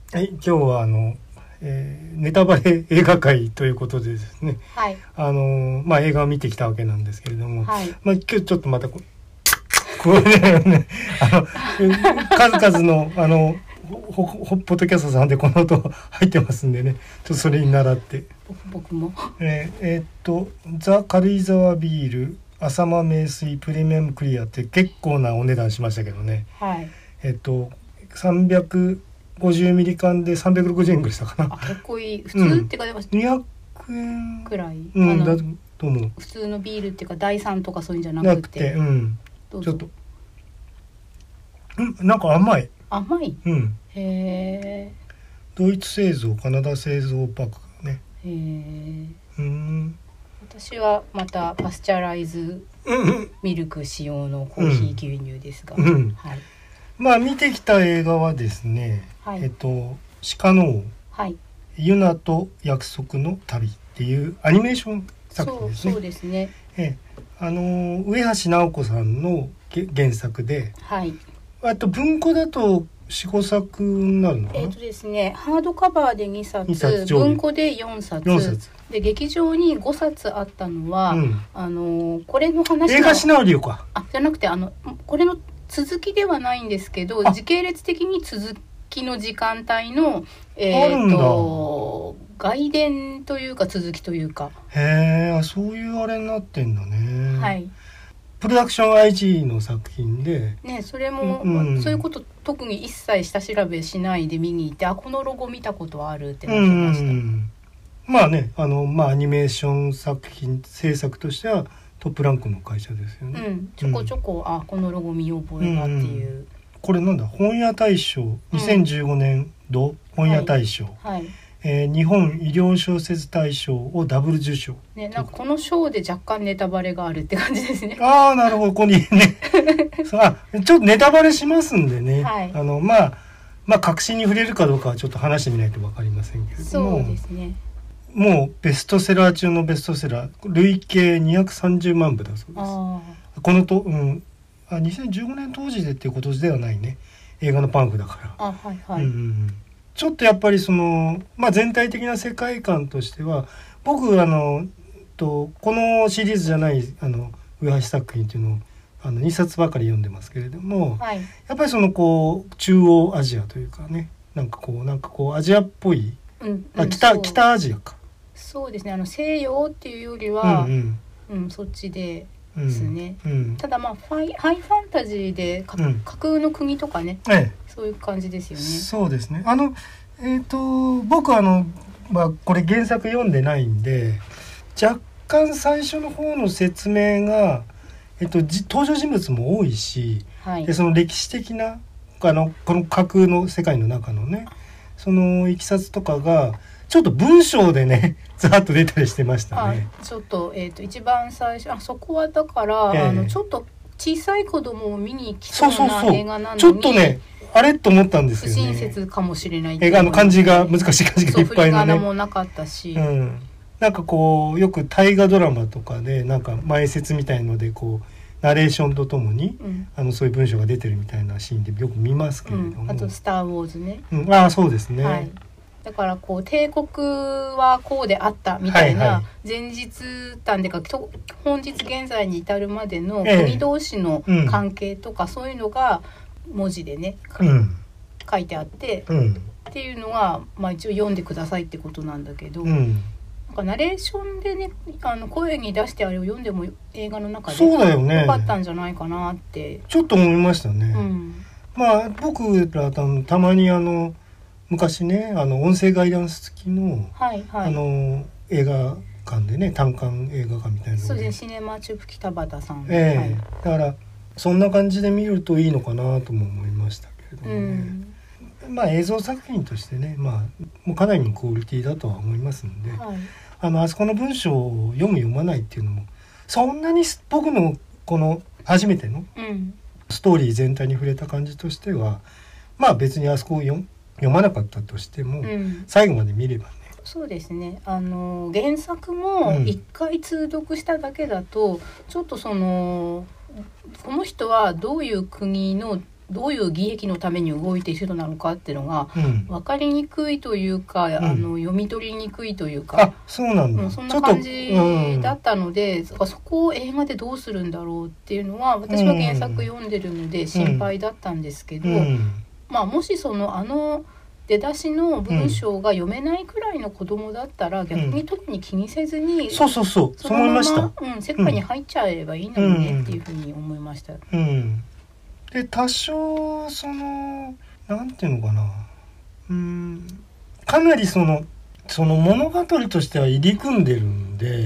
はい、今日はネタバレ映画界ということでですね、 はい、 映画を見てきたわけなんですけれども、 はい、 今日ちょっとまたこれね数々のポッドキャストさんでこの音入ってますんでね、ちょっとそれに倣って僕もザ・軽井沢ビール浅間名水プレミアムクリアって結構なお値段しましたけどね、 はい、 350ミリ缶で360円ぐらいしたかな。 結構いい、普通ってかでも 200円くらい、 だと思う。 普通のビールっていうか第3とかそういうんじゃなくて、 ちょっとなんか甘い。 へえ。 ドイツ製造カナダ製造パックね。 私はまたパスチャライズミルク使用のコーヒー牛乳ですが、 まあ見てきた映画はですね、鹿の王、ユナと約束の旅っていうアニメーション作品ですね。 そうですね。 上橋直子さんの原作で、あと文庫だと 4,5 作になるのかな。 ですね、ハードカバーで2冊、文庫で4冊で劇場に5冊あったのは、これの話映画シナリオかじゃなくてこれの続きではないんですけど、時系列的に続きの時間帯の外伝というか続きというか、 そういうあれになってんだね。 はい。 プロダクション IG の作品で、 ね、それも、そういうこと特に一切下調べしないで見に行って、このロゴ見たことあるってなってました。 まあね、アニメーション作品制作としてはトップランクの会社ですよね。 ちょこちょこ、このロゴ見覚えがっていう。 これなんだ、本屋大賞2015年度本屋大賞、日本医療小説大賞をダブル受賞、 なんかこの賞で若干ネタバレがあるって感じですね。 なるほど、ここにねちょっとネタバレしますんでね、確信に触れるかどうかはちょっと話してみないと分かりませんけれども、 そうですね。 もうベストセラー中のベストセラー、累計230万部だそうです。このと、2015年当時でっていうことではないね、映画のパンフだから。ちょっとやっぱり全体的な世界観としては、僕このシリーズじゃない上橋作品っていうのを2冊ばかり読んでますけれども、やっぱり中央アジアというかね、なんかこうアジアっぽい、北アジアか。そうですね、 西洋っていうよりは、そっちですね。ただハイファンタジーで架空の国とかね、そういう感じですよね。 そうですね。僕これ原作読んでないんで、若干最初の方の説明が、登場人物も多いし、でその歴史的なこの架空の世界の中のね、そのいきさつとかがちょっと文章でねざっと出たりしてましたね。 ちょっと、一番最初そこはだから、ちょっと小さい子供を見に来そうな映画なのに、 ちょっとねあれと思ったんですよね。 不親切かもしれない。 映画の漢字が難しい漢字がいっぱいのね。 振り仮名もなかったし、 なんかこうよく大河ドラマとかでなんか前説みたいのでこうナレーションとともに、そういう文章が出てるみたいなシーンでよく見ますけれども、 あとスター・ウォーズね、 そうですね、 だからこう帝国はこうであったみたいな前日談でか本日現在に至るまでの国同士の関係とか、そういうのが文字でね、書いてあって、っていうのが、一応読んでくださいってことなんだけど、なんかナレーションでね、声に出してあれを読んでも映画の中でよかったんじゃないかなってちょっと思いましたね。僕らたまに昔ね音声ガイダンス付きの、映画館でね、単館映画館みたいなので、 そうですね、シネマチュープ北畑さん、 だからそんな感じで見るといいのかなとも思いましたけれどもね、映像作品としてね、もうかなりのクオリティだとは思いますので、あそこの文章を読む読まないっていうのもそんなに僕のこの初めてのストーリー全体に触れた感じとしては、別にあそこを読まなかったとしても、最後まで見ればね。 そうですね、原作も一回通読しただけだと、ちょっとこの人はどういう国のどういう利益のために動いている人なのかっていうのが分かりにくいというか、読み取りにくいというか、 そうなんだ、 そんな感じだったので、そこを映画でどうするんだろうっていうのは私は原作読んでるので心配だったんですけど、もし出だしの文章が読めないくらいの子供だったら、逆に特に気にせずに、 そう思いました。 世界に入っちゃえばいいのにねっていうふうに思いました。 で多少なんていうのかな、かなりその物語としては入り組んでるんで、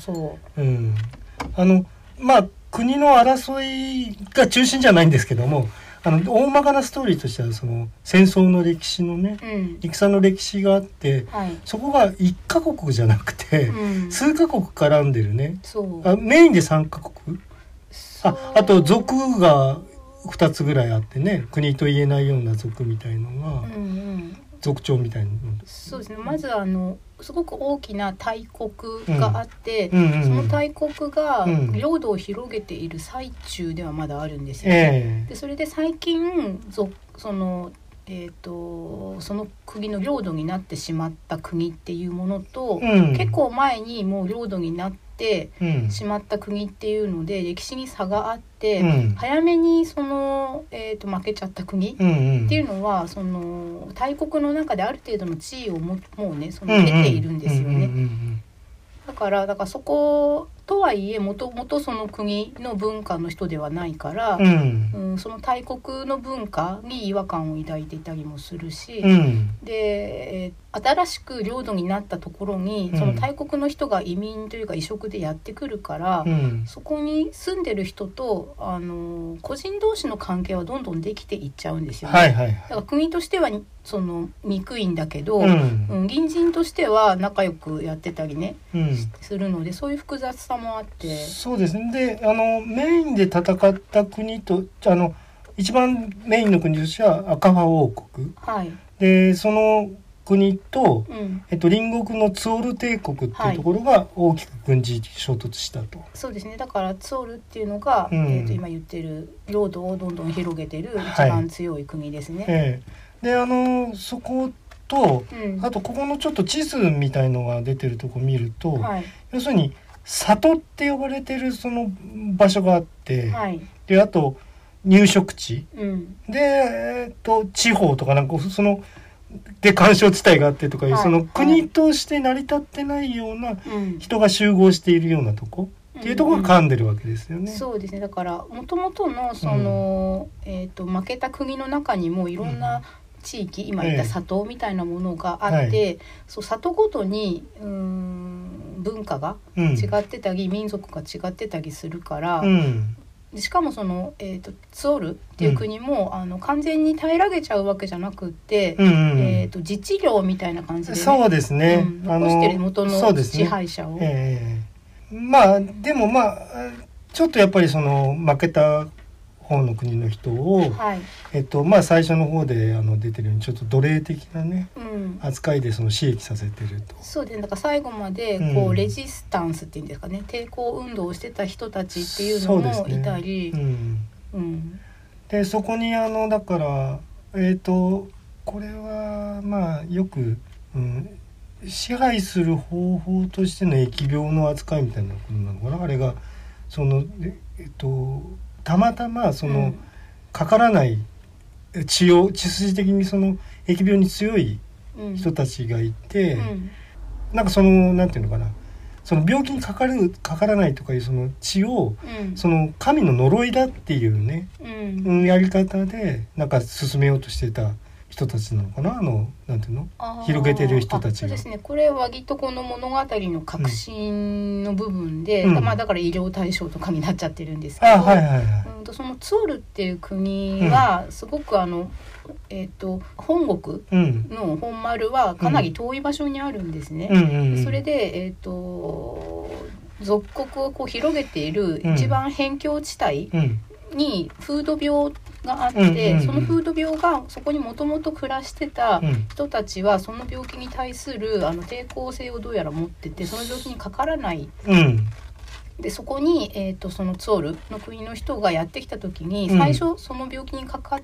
国の争いが中心じゃないんですけども、大まかなストーリーとしては戦争の歴史のね、戦の歴史があって、そこが1カ国じゃなくて、数カ国絡んでるね。メインで3カ国、あと族が2つぐらいあってね、国と言えないような族みたいのが、族長みたいな。 そうですね。まずすごく大きな大国があって、その大国が領土を広げている最中ではまだあるんですよね。でそれで最近その国の領土になってしまった国っていうものと、結構前にもう領土になってしまった国っていうので、歴史に差があって、早めに負けちゃった国っていうのは大国の中である程度の地位をもうね得ているんですよね。だからそことはいえもともとその国の文化の人ではないから、その大国の文化に違和感を抱いていたりもするし、で、新しく領土になったところにその大国の人が移民というか移植でやってくるから、そこに住んでる人と個人同士の関係はどんどんできていっちゃうんですよね。だから国としては憎いんだけど、隣人としては仲良くやってたりね、するので、そういう複雑さもあって。そうですね。 でメインで戦った国と一番メインの国としては赤羽王国、でその国と、隣国のツオル帝国っていうところが大きく軍事衝突したと。 そうですね。だからツオルっていうのが、今言ってる領土をどんどん広げてる一番強い国ですね。 でそこと、あとここのちょっと地図みたいのが出てるとこ見ると、要するに里って呼ばれてるその場所があって、であと入植地、で地方とかで干渉地帯があってとかいう、その国として成り立ってないような人が集合しているようなとこっていうところが絡んでるわけですよね。 そうですね。だから元々の負けた国の中にもいろんな地域、今言った里みたいなものがあって、里ごとに文化が違ってたり、民族が違ってたりするから、しかもツオルっていう国も、完全に平らげちゃうわけじゃなくって、自治領みたいな感じでね、 そうですね、 残してる元の支配者を、 でもちょっとやっぱり負けた方の国の人を、最初の方で出てるようにちょっと奴隷的なね、扱いで刺激させてると。 そうですね。だから最後までレジスタンスっていうんですかね、抵抗運動をしてた人たちっていうのもいたり、 でそこにだからこれはよく、支配する方法としての疫病の扱いみたいなことなのかな、あれがたまたまかからない血筋的に疫病に強い人たちがいて、なんかなんていうのかな、病気にかからないとかいう血を、神の呪いだっていうね、やり方でなんか進めようとしてた人たちなのかな、なんていうの、広げてる人たちが。 そうですね。これは割とこの物語の核心の部分で、だから医療対象とかになっちゃってるんですけど、そのツオルっていう国はすごく本国の本丸はかなり遠い場所にあるんですね。それで属国を広げている一番辺境地帯に風土病があって、その風土病がそこにもともと暮らしてた人たちはその病気に対する抵抗性をどうやら持ってて、その病気にかからないでそこに、そのツォルの国の人がやってきた時に最初その病気にかかって、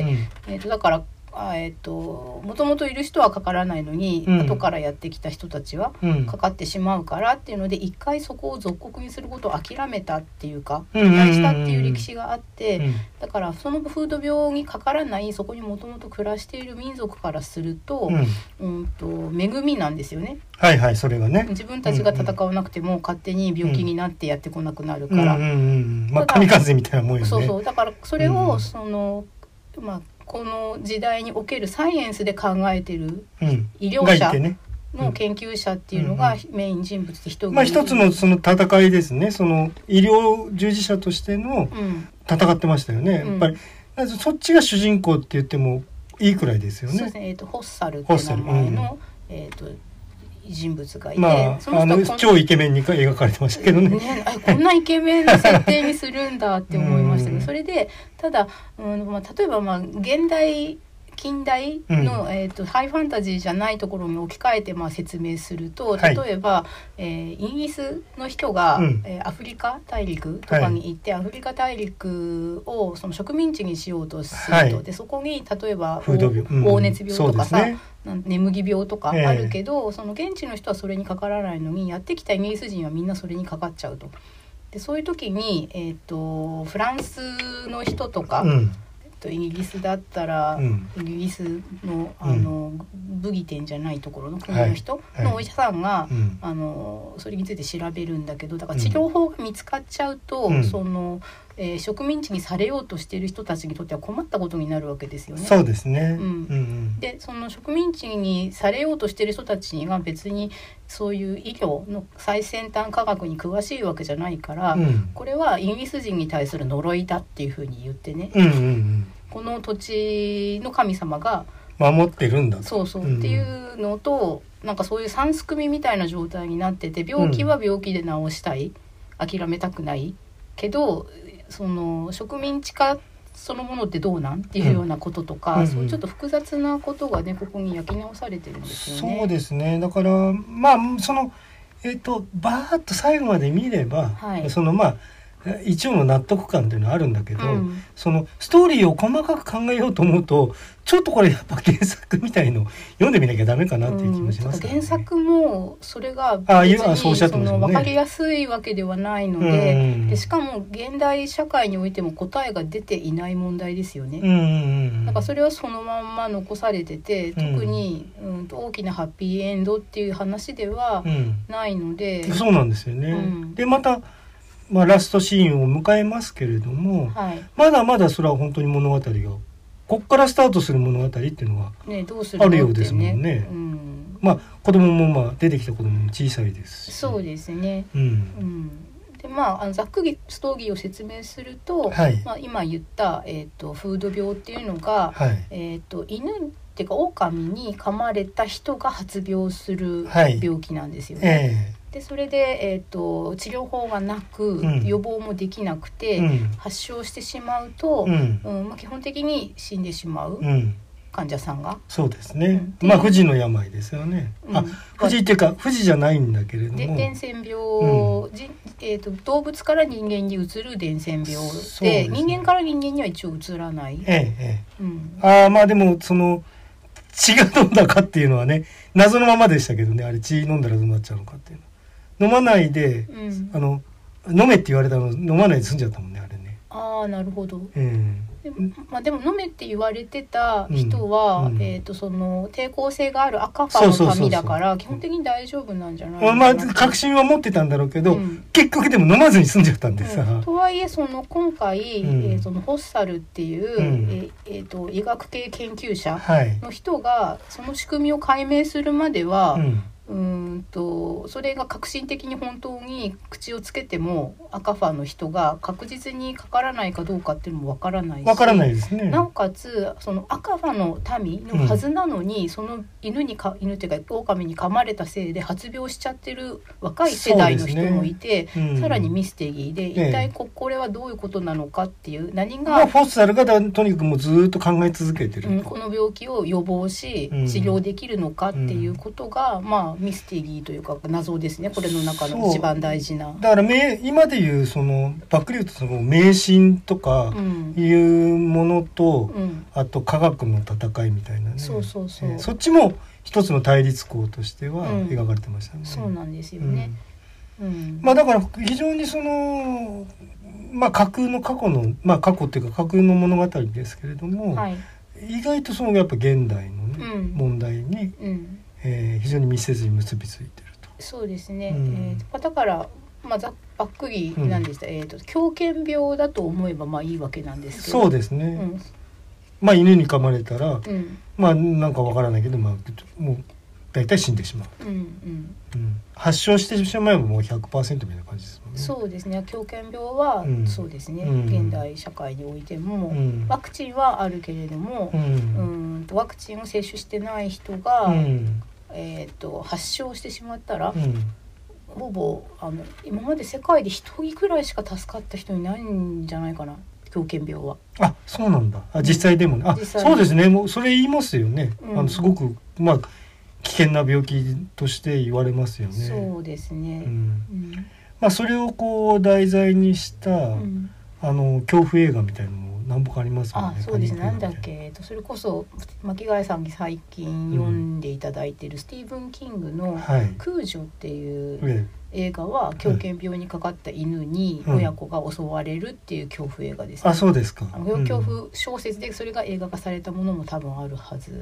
だからもともといる人はかからないのに、後からやってきた人たちはかかってしまうからっていうので、一回そこを属国にすることを諦めたっていうか撤退したっていう歴史があって、だからその風土病にかからないそこにもともと暮らしている民族からすると、恵みなんですよね。 はいはい、それがね、 自分たちが戦わなくても勝手に病気になってやってこなくなるから、 神風みたいなもんよね。 そうだからそれをこの時代におけるサイエンスで考えてる医療者の研究者っていうのがメイン人物で一つのその戦いですね。その医療従事者としての戦ってましたよね。やっぱりそっちが主人公って言ってもいいくらいですよね。 そうですね。ホッサルって名前の人物がいて、 超イケメンに描かれてましたけどね。 こんなイケメンの設定にするんだって思いましたね。それでただ、例えば現代近代の、ハイファンタジーじゃないところに置き換えて説明すると、例えば、イギリスの人が、アフリカ大陸とかに行って、アフリカ大陸をその植民地にしようとすると、でそこに例えば黄熱病とかさ、眠気病とかあるけど、その現地の人はそれにかからないのに、やってきたイギリス人はみんなそれにかかっちゃうと。でそういう時に、フランスの人とか、イギリスだったら、イギリスの武義店じゃないところの国の人のお医者さんが、それについて調べるんだけど、だから治療法が見つかっちゃうと、その植民地にされようとしている人たちにとっては困ったことになるわけですよね。 そうですね。 でその植民地にされようとしている人たちには別にそういう医療の最先端科学に詳しいわけじゃないから、これはイギリス人に対する呪いだっていうふうに言ってね、この土地の神様が守ってるんだと。 そうっていうのと、なんかそういう三すくみみたいな状態になってて、病気は病気で治したい、諦めたくないけど、その植民地化そのものってどうなんっていうようなこととか、そういうちょっと複雑なことがねここに焼き直されてるんですよね。 そうですね。だからそのバーッと最後まで見れば、その一応の納得感っていうのはあるんだけど、そのストーリーを細かく考えようと思うと、ちょっとこれやっぱ原作みたいの読んでみなきゃダメかなっていう気もしますね。 原作もそれが別にその分かりやすいわけではないので、しかも現代社会においても答えが出ていない問題ですよね。だからそれはそのまんま残されてて、特に、大きなハッピーエンドっていう話ではないので、 そうなんですよね。でまたラストシーンを迎えますけれども、まだまだそれは本当に物語がこっからスタートする物語っていうのがあるようですもんね。子供も出てきた子供も小さいですし。そうですね。 でざっくりストーリーを説明すると、今言った、風土病っていうのが、犬っていうか狼に噛まれた人が発病する病気なんですよね。でそれで、治療法がなく、予防もできなくて、発症してしまうと、基本的に死んでしまう、患者さんが。 そうですね。不治の病ですよね。不治っていうか不治じゃないんだけれども。 伝染病、動物から人間にうつる伝染病で、人間から人間には一応うつらない。 でもその血が飲んだかっていうのはね、謎のままでしたけどね。あれ血飲んだらどうなっちゃうのかっていうの。飲まないで、飲めって言われたの飲まないで済んじゃったもんね、あれね。 なるほど。でも飲めって言われてた人は、その抵抗性がある赤ファの民だから基本的に大丈夫なんじゃないのかな。 確信は持ってたんだろうけど、結局でも飲まずに済んじゃったんでさ。 とはいえその今回、そのホッサルっていう、医学系研究者の人がその仕組みを解明するまでは、それが革新的に本当に口をつけても赤ファの人が確実にかからないかどうかっていうのもわからないし、なおかつその赤ファの民のはずなのに、その犬っていうか狼に噛まれたせいで発病しちゃってる若い世代の人もいて、さらにミステリーで、一体これはどういうことなのかっていう、何がフォッサルがとにかくもうずっと考え続けてる、 この病気を予防し治療できるのかっていうことが、ミステリ思議というか謎ですね、これの中の一番大事な。 だから今でいうそのばっくり言うとその迷信とかいうものと、あと科学の戦いみたいなね、そっちも一つの対立項としては描かれてましたね。 そうなんですよね。 まあだから非常にその架空の過去の過去っていうか架空の物語ですけれども、意外とそのやっぱ現代のね、問題に、非常に密接に結びついてると。 そうですね。だからばっくりなんでした、狂犬病だと思えばいいわけなんですけど。 そうですね。犬に噛まれたら、なんかわからないけどもう大体死んでしまう。発症してしまえばもう 100% みたいな感じですもんね。 そうですね。狂犬病は、そうですね。現代社会においても、ワクチンはあるけれども、ワクチンを接種してない人が、発症してしまったら、ほぼ今まで世界で1人くらいしか助かった人いないんじゃないかな、狂犬病は。 あ、そうなんだ。実際でもね。そうですね。もうそれ言いますよね。すごく危険な病気として言われますよね。 そうですね。 それをこう題材にした、恐怖映画みたいなのも何本かありますよね。 そうですね。なんだっけ、それこそ巻貝さんに最近読んでいただいているスティーブン・キングの「空女」っていう映画は狂犬病にかかった犬に親子が襲われるっていう恐怖映画ですね。 そうですか。 恐怖小説でそれが映画化されたものも多分あるはず。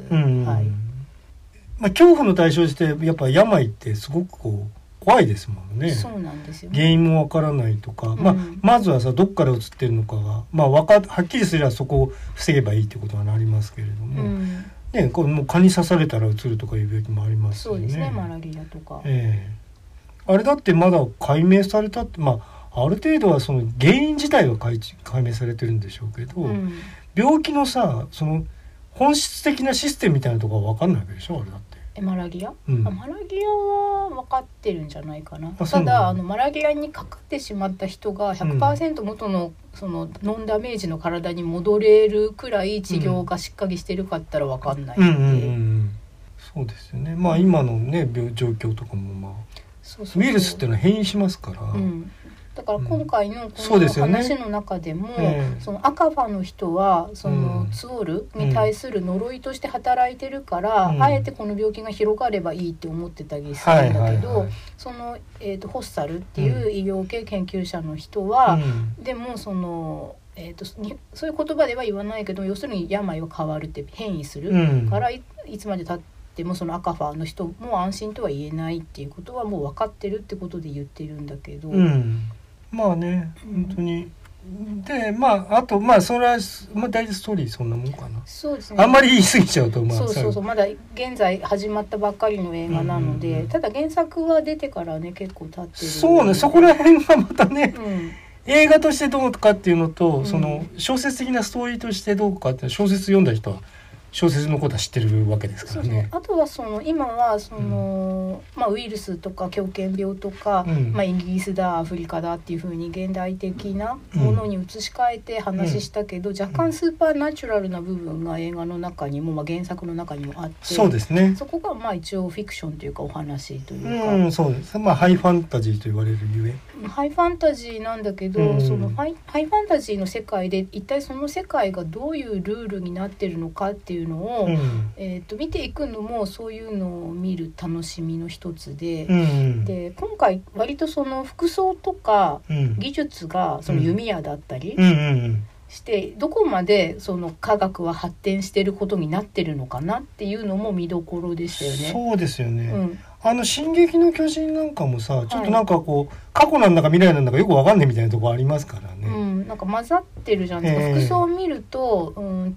恐怖の対象としてやっぱ病ってすごくこう怖いですもんね。 そうなんですよね。 原因もわからないとか、まずはさどっから移ってるのかがはっきりすればそこを防げばいいってことはなりますけれども、これもう蚊に刺されたら移るとかいう病気もありますよね。 そうですね。マラリアとか。 あれだってまだ解明されたってある程度はその原因自体は解明されてるんでしょうけど、病気のその本質的なシステムみたいなところは分かんないわけでしょ、あれだって。 マラリア、マラリアは分かってるんじゃないかな。ただマラリアにかかってしまった人が 100% 元のそのノンダメージの体に戻れるくらい治療がしっかりしてるかったら分かんないんで、 そうですよね。今のね状況とかもウイルスっていうのは変異しますから、 だから今回のこの話の中でも、その赤ファの人はそのツオルに対する呪いとして働いてるから、あえてこの病気が広がればいいって思ってたりするんだけど、そのホッサルっていう医療系研究者の人は、でもそのそういう言葉では言わないけど、要するに病は変わるって変異するから、いつまで経ってもその赤ファの人も安心とは言えないっていうことはもう分かってるってことで言ってるんだけど、 本当にであとそれは大体ストーリーそんなもんかな。 そうですね。 あんまり言い過ぎちゃうとそうまだ現在始まったばっかりの映画なので、ただ原作は出てからね結構経ってる。 そうね。そこら辺がまたね、映画としてどうかっていうのと、その小説的なストーリーとしてどうかって小説読んだ人は小説のことは知ってるわけですからね。 あとは今はウイルスとか狂犬病とか、イギリスだアフリカだっていう風に現代的なものに移し替えて話したけど、若干スーパーナチュラルな部分が映画の中にも、原作の中にもあって、 そうですね。 そこが一応フィクションというかお話というか、 そうです。ハイファンタジーと言われるゆえ、 ハイファンタジーなんだけど、そのハイファンタジーの世界で一体その世界がどういうルールになってるのかっていうのを、見ていくのもそういうのを見る楽しみの一つで、で今回割とその服装とか技術がその弓矢だったりして、どこまでその科学は発展してることになってるのかなっていうのも見どころでしたよね。 そうですよね。進撃の巨人なんかもさ、ちょっとなんかこう、過去なんだか未来なんだかよくわかんないみたいなところありますからね。 なんか混ざってるじゃないですか。服装を見ると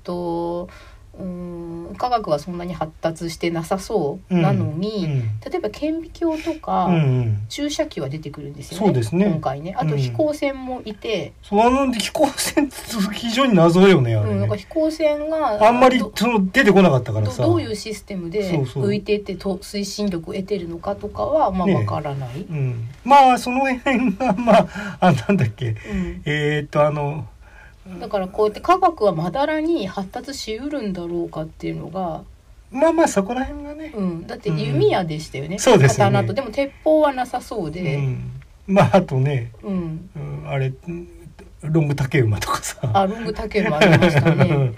科学はそんなに発達してなさそうなのに、例えば顕微鏡とか、注射器は出てくるんですよね。 そうですね。 今回ね。あと飛行船もいて、 飛行船って非常に謎よね、あれね。 なんか飛行船があんまり出てこなかったからさ、 どういうシステムで浮いてって推進力を得てるのかとかはわからない。 その辺がなんだっけ、 だからこうやって科学はまだらに発達しうるんだろうかっていうのがまあまあそこら辺がね、 だって弓矢でしたよね、 そうですよね。 刀とでも鉄砲はなさそうで、 まああとね、あれロング竹馬とかさ、 ロング竹馬ありましたね。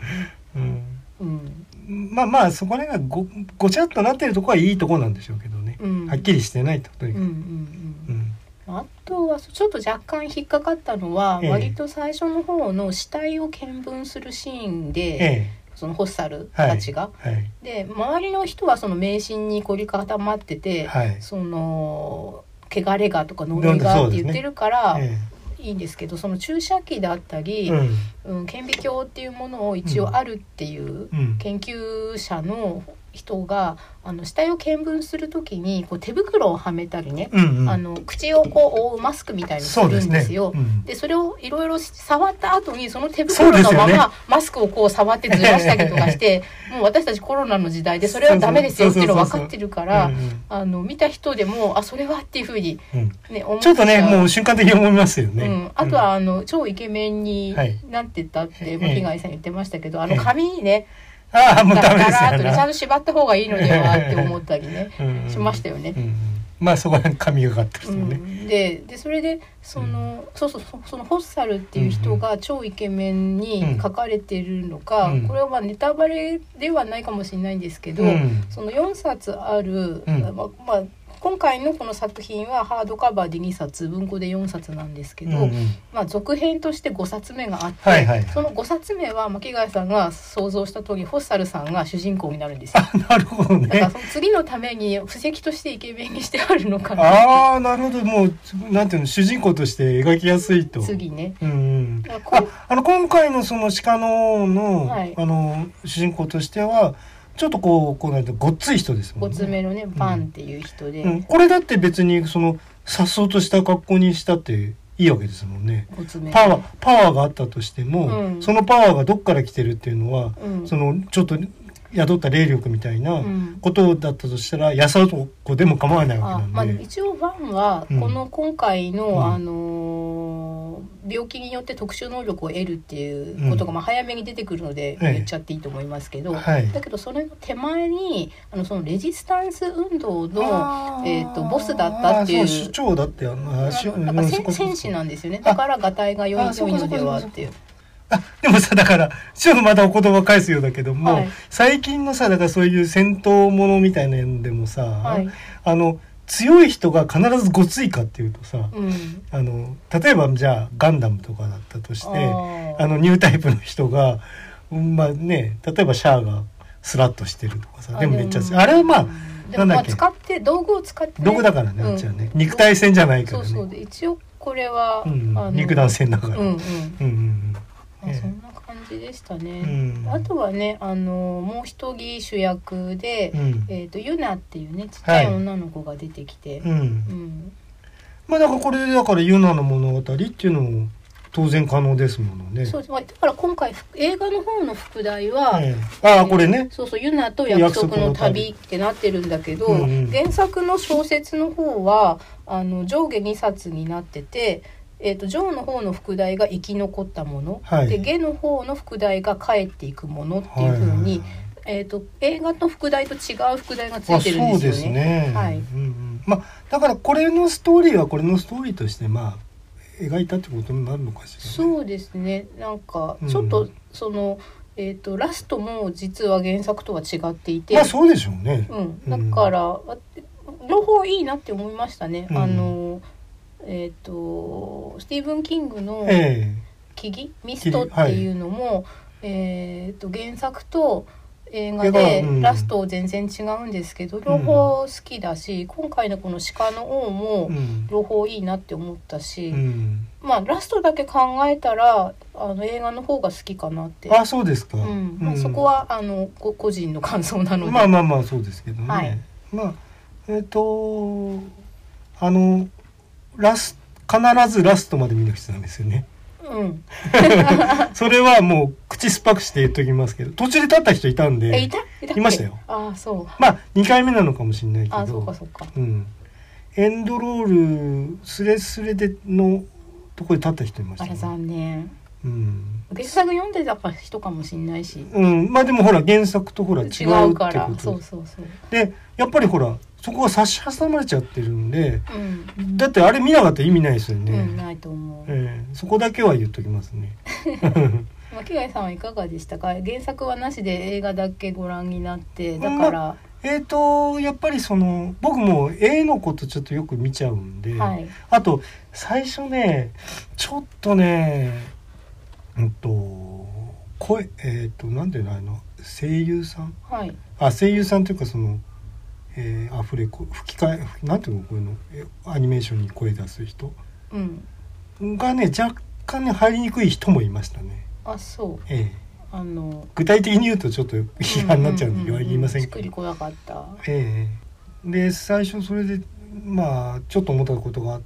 まあまあそこら辺がごちゃっとなってるとこはいいとこなんでしょうけどね、はっきりしてないととにかく。 あとはちょっと若干引っかかったのは、割と最初の方の死体を見聞するシーンで、そのホッサルたちが、で周りの人はその迷信に凝り固まってて、その汚れがとか呪いがって言ってるから、いいんですけど、その注射器だったり、顕微鏡っていうものを一応あるっていう研究者の人が死体を見聞するときにこう手袋をはめたりね、口をこう覆うマスクみたいにするんですよ。でそれをいろいろ触った後にその手袋のままマスクをこう触ってずらしたりとかして、もう私たちコロナの時代でそれはダメですよっていうの分かってるから、見た人でもそれはっていうふうに、思っちょっとねもう瞬間的に思いますよね。 あとは超イケメンになってたって被害さん言ってましたけど、髪にねもうダメですよね。 ちゃんと縛った方がいいのではって思ったりねしましたよね。 まあそこら辺神がかってるよね。 でそれでそのホッサルっていう人が超イケメンに書かれてるのか、これはまあネタバレではないかもしれないんですけど、その4冊ある、まあ今回のこの作品はハードカバーで2冊文庫で4冊なんですけど、まあ、続編として5冊目があって、その5冊目は巻貝さんが想像した通りホッサルさんが主人公になるんですよ。 なるほどね。 だからその次のために布石としてイケメンにしてあるのかな。 なるほど。もうなんていうの、主人公として描きやすいと。 次ね。 今回のその鹿の主人公としてはちょっとこうなんてごっつい人ですもんね。 ごつめのねパンっていう人で、 これだって別にその颯爽とした格好にしたっていいわけですもんね。パワーがあったとしても、そのパワーがどっから来てるっていうのは、そのちょっと宿った霊力みたいなことだったとしたら、やさとこでも構わないわけなんで。 一応ワンはこの今回の、病気によって特殊能力を得るっていうことが早めに出てくるので言っちゃっていいと思いますけど、だけどそれの手前にそのレジスタンス運動の、ボスだったっていう、 首長だって戦士なんですよね。だからがたいが良いのではっていう。 でもさ、だからちょっとまたお言葉返すようだけども、最近のさ、だからそういう戦闘ものみたいなのでもさ、強い人が必ずごついかっていうとさ、例えばじゃあガンダムとかだったとして、ニュータイプの人がまあね、例えばシャアがスラッとしてるとかさ、でもめっちゃあれはまあなんだっけ、道具を使って、 道具だからね、あっちはね、肉体戦じゃないからね。 そうで一応これは肉弾戦だから。 そんな感じでしたね。あとはね、もう一人主役で、ユナっていうねちっちゃい女の子が出てきて、 まあだからこれでだからユナの物語っていうのも当然可能ですものね。 そうです。だから今回映画の方の副題は、 これね、 ユナと約束の旅ってなってるんだけど、原作の小説の方は上下2冊になってて。上の方の副題が生き残ったもの、で下の方の副題が帰っていくものっていう風に、映画と副題と違う副題がついてるんですよね。そうですね。 まあだからこれのストーリーはこれのストーリーとしてまあ描いたってことになるのかしら、ね。 そうですね。なんかちょっとそのラストも実は原作とは違っていて、 まあそうでしょうね。 だから両方いいなって思いましたね。スティーブン・キングの木々、ミストっていうのも、原作と映画でラスト全然違うんですけど、両方好きだし、今回のこの鹿の王も両方いいなって思ったし、まあラストだけ考えたら映画の方が好きかなって。 そうですか。 そこは個人の感想なので。 まあそうですけどね。まあ必ずラストまで見なくちゃなんですよね。それはもう口酸っぱくして言っときますけど、途中で立った人いたんで。いましたよ。まあ2回目なのかもしれないけど。 そうか。 エンドロールスレスレでのとこで立った人いましたね。 残念。 原作読んでた人かもしれないし、 まあでもほら原作とほら違うってことから、そうでやっぱりほらそこが差し挟まれちゃってるんで、だってあれ見なかったら意味ないですよね。 ないと思う。 そこだけは言っときますね。 巻貝さんはいかがでしたか？原作はなしで映画だけご覧になって、だから、 やっぱりその僕も絵のことちょっとよく見ちゃうんで、あと最初ねちょっとね声なんていうの声優さん、声優さんというかそのアフレコ吹き替えなんていうのこういうのアニメーションに声出す人、がね若干ね入りにくい人もいましたね。 あ、そう。 具体的に言うとちょっと批判になっちゃうんで言いませんけど、 作りこなかった。 で最初それでまあちょっと思ったことがあって、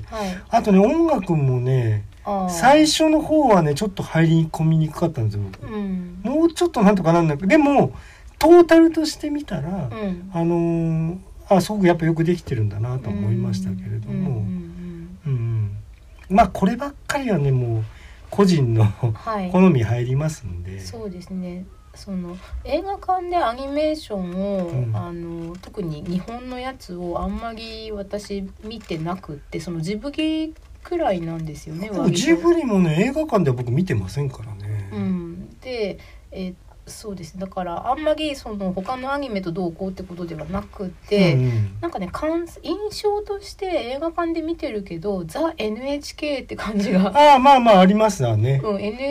あとね音楽もね最初の方はねちょっと入り込みにくかったんですよ。もうちょっとなんとかなんなくでもトータルとして見たら、すごくやっぱよくできてるんだなと思いましたけれども、まあこればっかりはねもう個人の好み入りますんで、 そうですね。その映画館でアニメーションを、特に日本のやつをあんまり私見てなくって、そのジブリくらいなんですよね。 ジブリもね映画館では僕見てませんからね。 でそうです。だからあんまりその他のアニメとどうこうってことではなくて、なんかね印象として映画館で見てるけどザ NHK って感じがまあありますわね。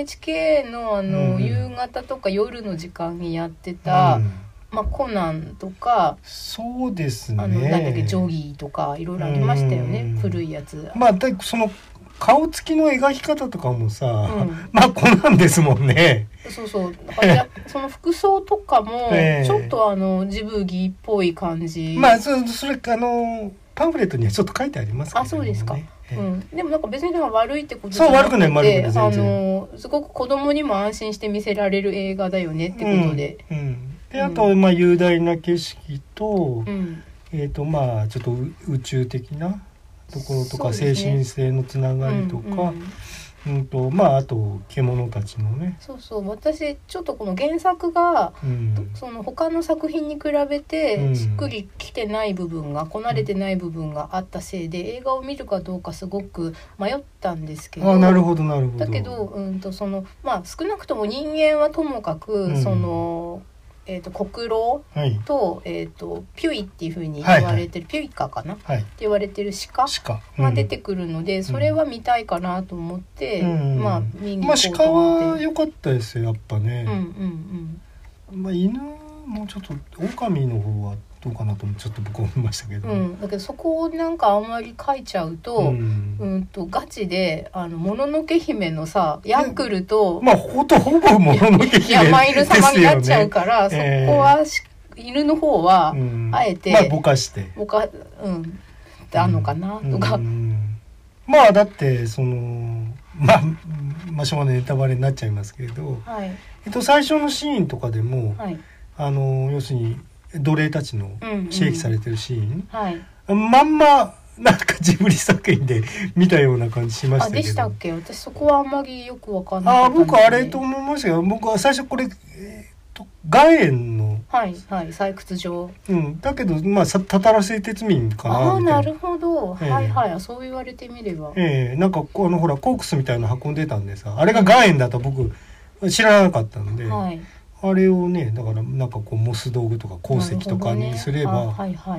NHK の夕方とか夜の時間にやってた、コナンとか、 そうですね。 なんだっけジョギーとかいろいろありましたよね。古いやつ。 その顔つきの描き方とかもさ、こんなんですもんね。 そうだからその服装とかもちょっとジブリっぽい感じ。 それパンフレットにはちょっと書いてありますからね。 そうですか。でもなんか別に悪いってことじゃなくて、悪くない全然すごく子供にも安心して見せられる映画だよねってことで。 であと雄大な景色と、ちょっと宇宙的なところとか、精神性のつながりとか、あと獣たちのね。 私ちょっとこの原作が、その他の作品に比べてしっくりきてない部分が、こなれてない部分があったせいで映画を見るかどうかすごく迷ったんですけど。 なるほど。 だけどその少なくとも人間はともかく、その黒狼と、ピュイっていう風に言われてる、ピュイカかな、って言われてる鹿が出てくるので、それは見たいかなと思って、見に行こうと思って。 鹿は良かったですよやっぱね。犬もちょっと狼の方はどうかなとちょっと僕思いましたけど、 だけどそこをなんかあんまり書いちゃうと、ガチでもののけ姫のさヤックルとほぼもののけ姫山犬様になっちゃうから、そこは犬の方はあえてぼかしてあんのかなとか、 だってそのしょうがないネタバレになっちゃいますけれど、最初のシーンとかでも、要するに奴隷たちの刺激されてるシーン、まんまなんかジブリ作品で見たような感じしましたけど。 でしたっけ？私そこはあんまりよく分かんなかったんですね。 僕あれと思いましたけど、僕は最初これ岩塩の採掘場、 だけどたたら製鉄民かなみたいな。 なるほど、そう言われてみれば、 なんかほらコークスみたいなの運んでたんでさ、あれが岩塩だと僕知らなかったんで、あれをねだからなんかこうモス道具とか鉱石とかにすれば、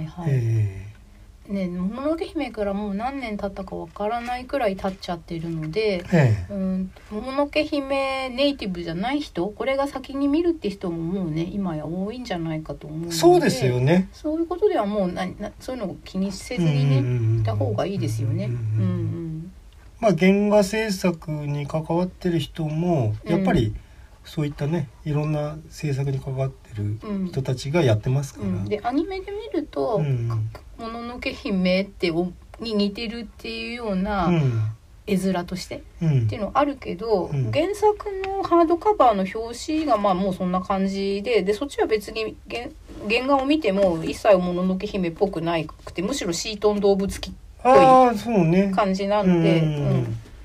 ね、もののけ姫からもう何年経ったかわからないくらい経っちゃってるので、もののけ姫ネイティブじゃない人、これが先に見るって人ももうね今や多いんじゃないかと思うので、 そうですよね。 そういうことではもうそういうのを気にせずにねいた方がいいですよね。 原画制作に関わってる人もやっぱり、そういったねいろんな制作に関わってる人たちがやってますから、 でアニメで見ると、もののけ姫に似てるっていうような絵面として、っていうのあるけど、原作のハードカバーの表紙がもうそんな感じでそっちは別に原画を見ても一切もののけ姫っぽくなくて、むしろシートン動物機っぽい感じなんで、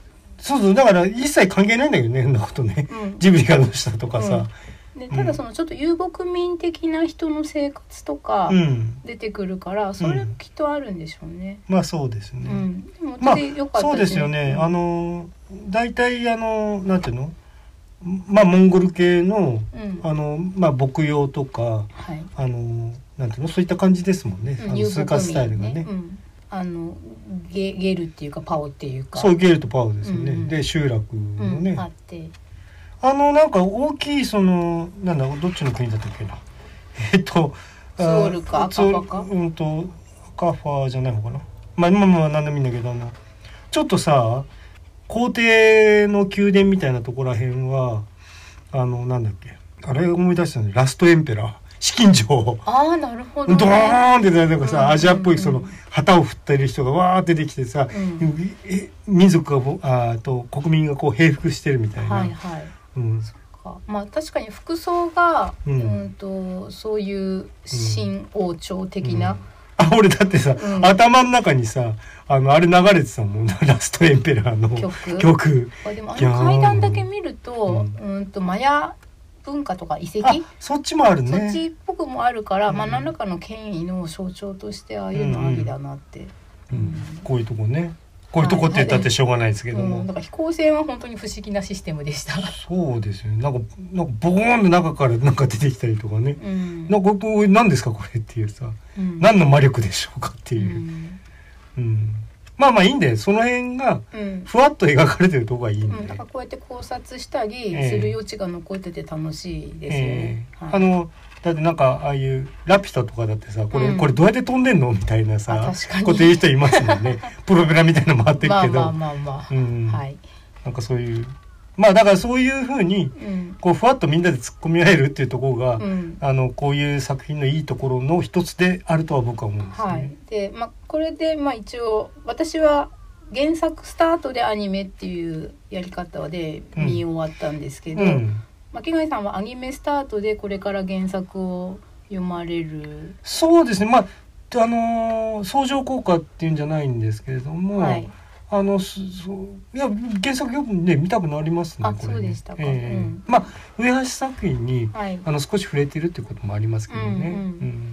そうそう、だから一切関係ないんだけどね、そんなことね、ジブリがどうしたとかさ、 でただそのちょっと遊牧民的な人の生活とか出てくるから、それもきっとあるんでしょうね。 まあそうですね、 でもまあそうですよね。大体なんていうの、まあモンゴル系のまあ牧羊とか、なんていうの、そういった感じですもんね、生活スタイルがね。 ゲルっていうかパオっていうか、 そうゲルとパオですよね。で集落のね、 あってなんか大きいそのなんだ、どっちの国だったっけな、 ツオルかアカファか、 アカファじゃない方かな、まあ何でもいいんだけど、ちょっとさ、皇帝の宮殿みたいなところらへんはなんだっけ、あれ思い出したね、ラストエンペラー紫禁城、 なるほど、ね、 ドーンってなんかさ、アジアっぽいその旗を振ってる人がわーって出てきてさ、民族が国民がこう平服してるみたいな。まあ確かに服装が、そういう新王朝的な、 俺だってさ、頭の中にさあれ流れてたもん、ラストエンペラーの曲。 でも階段だけ見ると、マヤ文化とか遺跡、 そっちもあるね、 そっちっぽくもあるから、何らかの権威の象徴としてああいうのありだなって、 こういうとこね、こういうとこって言ったってしょうがないですけども、 だから飛行船は本当に不思議なシステムでした。 そうですよね、なんかボーンと中からなんか出てきたりとかね、なんか何ですかこれっていうさ、何の魔力でしょうかっていう、まあいいんだよ、その辺がふわっと描かれてるとこがいいんで、 だからこうやって考察したりする余地が残ってて楽しいですよね。 だってなんかああいうラピュタとかだってさ、これどうやって飛んでんのみたいなさこと言う人いますもんね。プロペラみたいなの回ってるけど、なんかそういう、まあだからそういう風にこうふわっとみんなで突っ込み合えるっていうところが、こういう作品のいいところの一つであるとは僕は思うんですね。 で、これで一応私は原作スタートでアニメっていうやり方で見終わったんですけど、巻貝さんはアニメスタートでこれから原作を読まれる？ そうですね、相乗効果っていうんじゃないんですけれども、いや原作読んで見たくなりますね。 そうでしたか。 上橋作品に、少し触れてるっていうこともありますけどね。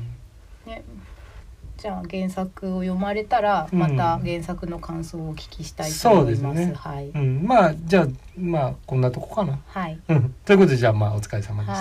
じゃあ原作を読まれたらまた原作の感想をお聞きしたいと思います。 じゃあこんなとこかな。ということで、じゃあお疲れ様で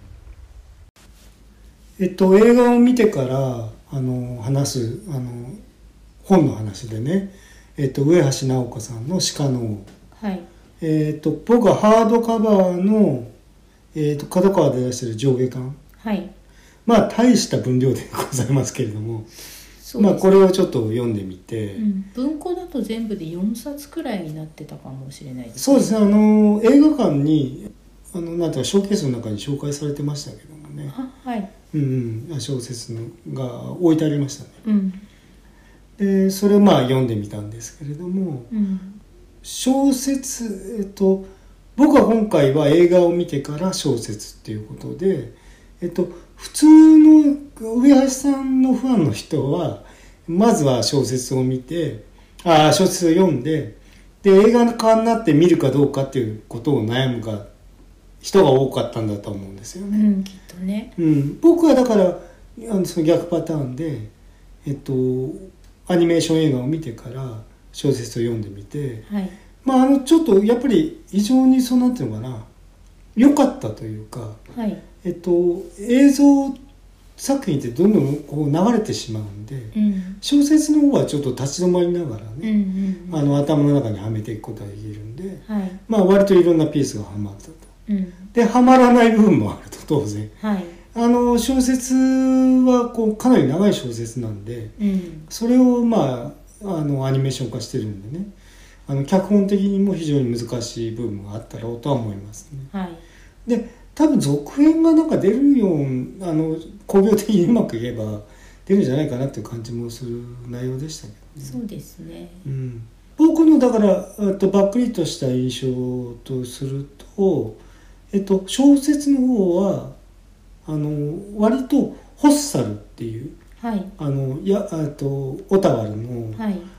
した。映画を見てから話す本の話でね、上橋直子さんの鹿の王、僕はハードカバーの角川で出してる上下巻、大した分量でございますけれども、これをちょっと読んでみて、 文庫だと全部で4冊くらいになってたかもしれないですね。 そうですね、映画館になんていうかショーケースの中に紹介されてましたけどもね、小説が置いてありましたね。でそれを読んでみたんですけれども、小説、僕は今回は映画を見てから小説っていうことで、普通の上橋さんのファンの人はまずは小説を見て、小説を読んで、映画化になって見るかどうかっていうことを悩む人が多かったんだと思うんですよね。 きっとね。 僕はだからその逆パターンで、アニメーション映画を見てから小説を読んでみて、ちょっとやっぱり非常になんていうのかな、良かったというか、映像作品ってどんどんこう流れてしまうんで、小説の方はちょっと立ち止まりながらね、頭の中にはめていくことができるんで、割といろんなピースがはまったと。ではまらない部分もあると当然。小説はかなり長い小説なんで、それをアニメーション化してるんでね、脚本的にも非常に難しい部分があったろうとは思いますね。で多分続編がなんか出るよう興行的にうまくいけば出るんじゃないかなっていう感じもする内容でしたけどね。 そうですね。 僕のだからばっくりとした印象とすると、小説の方は割とホッサルっていう、オタワルの、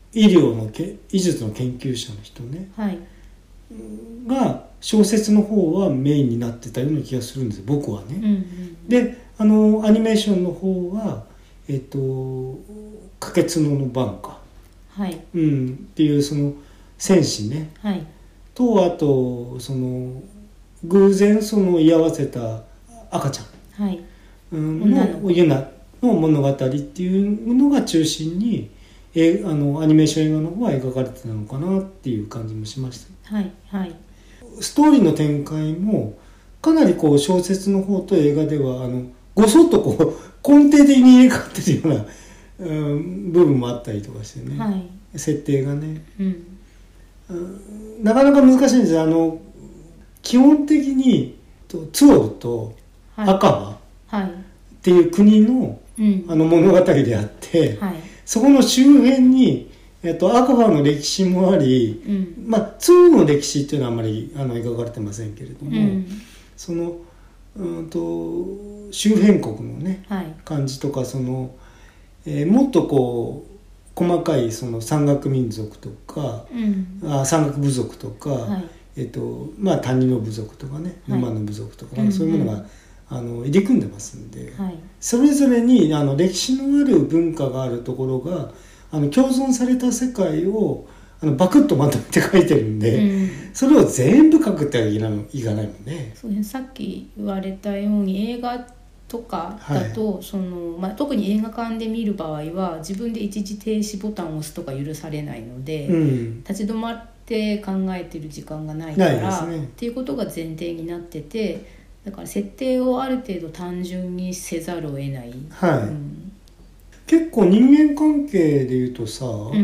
医療の医術の研究者の人ね、 はい、 が小説の方はメインになってたような気がするんです僕はね。 うんうん、 でアニメーションの方はかけつの晩か、 はい、 っていうその戦士ね、 はい、 とあとその偶然その居合わせた赤ちゃん、 はい、 のユナの物語っていうのが中心にアニメーション映画の方は描かれてたのかなっていう感じもしました。 はいはい、 ストーリーの展開もかなりこう小説の方と映画ではごそっとこう根底的に入れ替わってるような、部分もあったりとかしてね、 はい、 設定がね、なかなか難しいんですよ。基本的にツオルと赤羽っていう国の、物語であって、はい、そこの周辺に赤羽の歴史もあり、ツオルの歴史っていうのはあまり描かれてませんけれども、その周辺国のね、はい、感じとかもっとこう細かいその山岳民族とか、山岳部族とか、はい、谷の部族とかね、沼の部族とか、そういうものが入り組んでますんで、はい、それぞれに歴史のある文化があるところが共存された世界をバクッとまとめて書いてるんで、それを全部書くってはいかないもんね。 そうね、さっき言われたように映画とかだと、はい、特に映画館で見る場合は自分で一時停止ボタンを押すとか許されないので、立ち止まって考えてる時間がないから、ね、っていうことが前提になってて、だから設定をある程度単純にせざるを得ない、 はい、結構人間関係でいうとさ、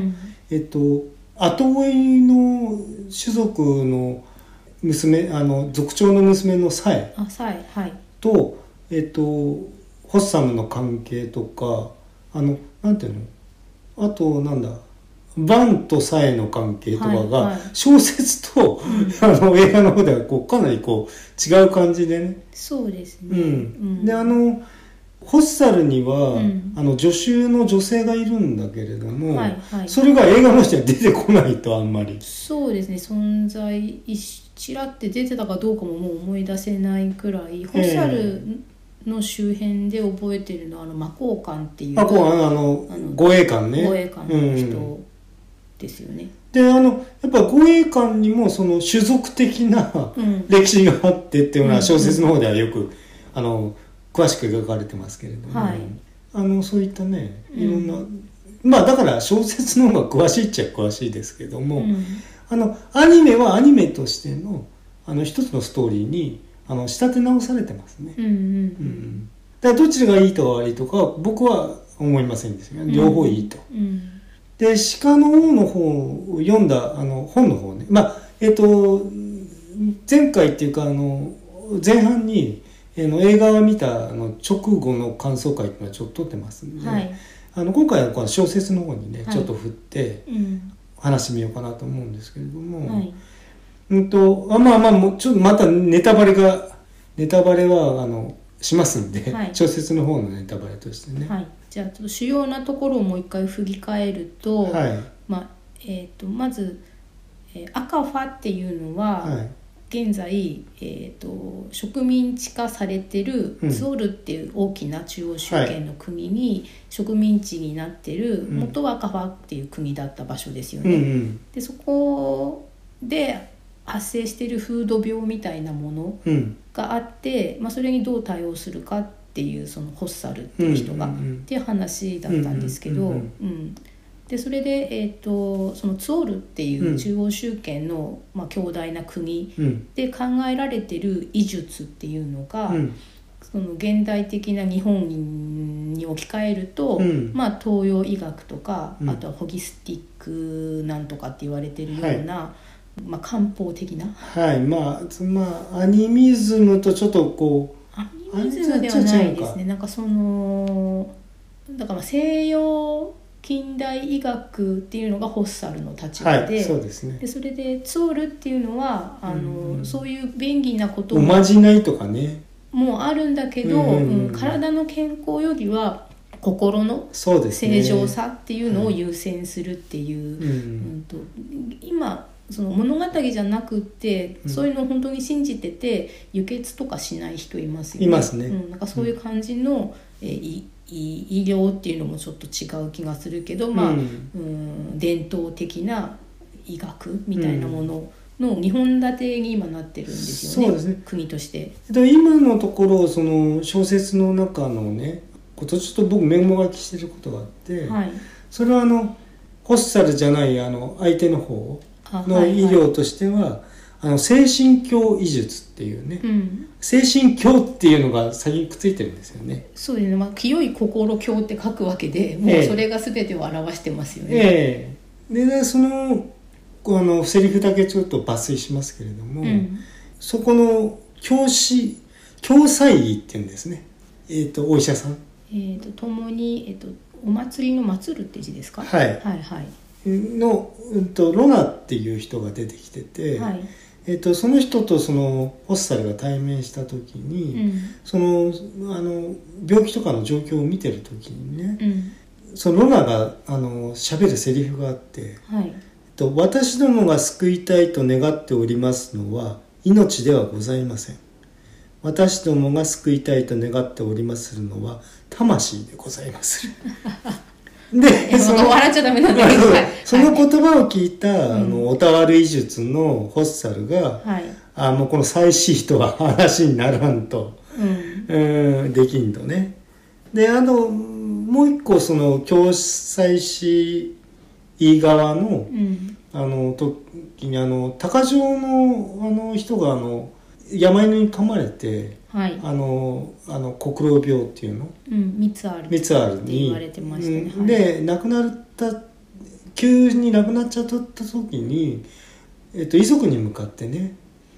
後追いの種族の娘族長の娘のサエと、ホッサムの関係とかなんていうの、あとなんだバンとサエの関係とかが小説と、映画の方ではかなり違う感じでね。 そうですね、 でホッサルには、助手の女性がいるんだけれども、それが映画の人には出てこないとあんまり。 そうですね、存在ちらって出てたかどうかももう思い出せないくらい、ホッサルの周辺で覚えてるのは魔法官っていう護衛官ね、 護衛官の人ですよね。 でやっぱ護衛官にもその種族的な歴史があってっていうのは小説の方ではよく詳しく描かれてますけれども、はい、そういったねいろんな、だから小説の方が詳しいっちゃ詳しいですけども、アニメはアニメとしての一つのストーリーに仕立て直されてますね。だからどちらがいいとか悪いとか僕は思いませんですよね。両方いいと。で鹿の王の方を読んだ本の方ね、前回っていうか前半に映画を見た直後の感想会っていうのはちょっと撮ってますんで、はい、今回はこの小説の方にね、ちょっと振って話してみようかなと思うんですけれども、はい、もうちょっとまたネタバレはしますんで、はい、小説の方のネタバレとしてね、 じゃあちょっと主要なところをもう一回振り返ると、まず、赤ファっていうのは、現在、植民地化されてるツオルっていう大きな中央集権の国に植民地になってる、元は赤ファっていう国だった場所ですよね。でそこで発生してる風土病みたいなものがあって、それにどう対応するかっていうそのホッサルっていう人が、っていう話だったんですけど、でそれで、そのツオルっていう中央集権の、強大な国で考えられてる医術っていうのが、その現代的な日本に置き換えると、東洋医学とか、あとはホギスティックなんとかって言われてるような、漢方的な、 アニミズムとちょっとアニミズムではないですね。なんかだから西洋近代医学っていうのがホッサルの立場で、 そうですね。 でそれでツオルっていうのはそういう便利なことおまじないとかねもうあるんだけど、体の健康よりは心の正常さっていうのを優先するっていう、今その物語じゃなくて、そういうのを本当に信じてて輸血とかしない人いますよね。 いますね。 なんかそういう感じの、医療っていうのもちょっと違う気がするけど、伝統的な医学みたいなものの2本立てに今なってるんですよね。そうですね、国として。 今のところその小説の中のねことちょっと僕メモ書きしてることがあって、それはホッサルじゃない相手の方の医療としては、精神教医術っていうね、精神教っていうのが先にくっついてるんですよね。 そうですね、清い心教って書くわけで、もうそれが全てを表してますよね。 でそのセリフだけちょっと抜粋しますけれども、そこの教師共済医っていうんですね、お医者さん共に、お祭りの祭るって字ですか。 の、ロナっていう人が出てきてて、その人とそのホッサルが対面した時に、その病気とかの状況を見てる時にね、そのロナが喋るセリフがあって、私どもが救いたいと願っておりますのは命ではございません。私どもが救いたいと願っておりまするのは魂でございますで、 笑っちゃダメなんだけど、 その言葉を聞いたオタワル医術のホッサルが、もうこの祭司とは話にならんと、できんとね。でもう一個その共祭司医側の、時に高城の人が病に噛まれて、黒老病っていうの、 ミツアルって言われてましたね。 で急に亡くなっちゃった時に、遺族に向かってね、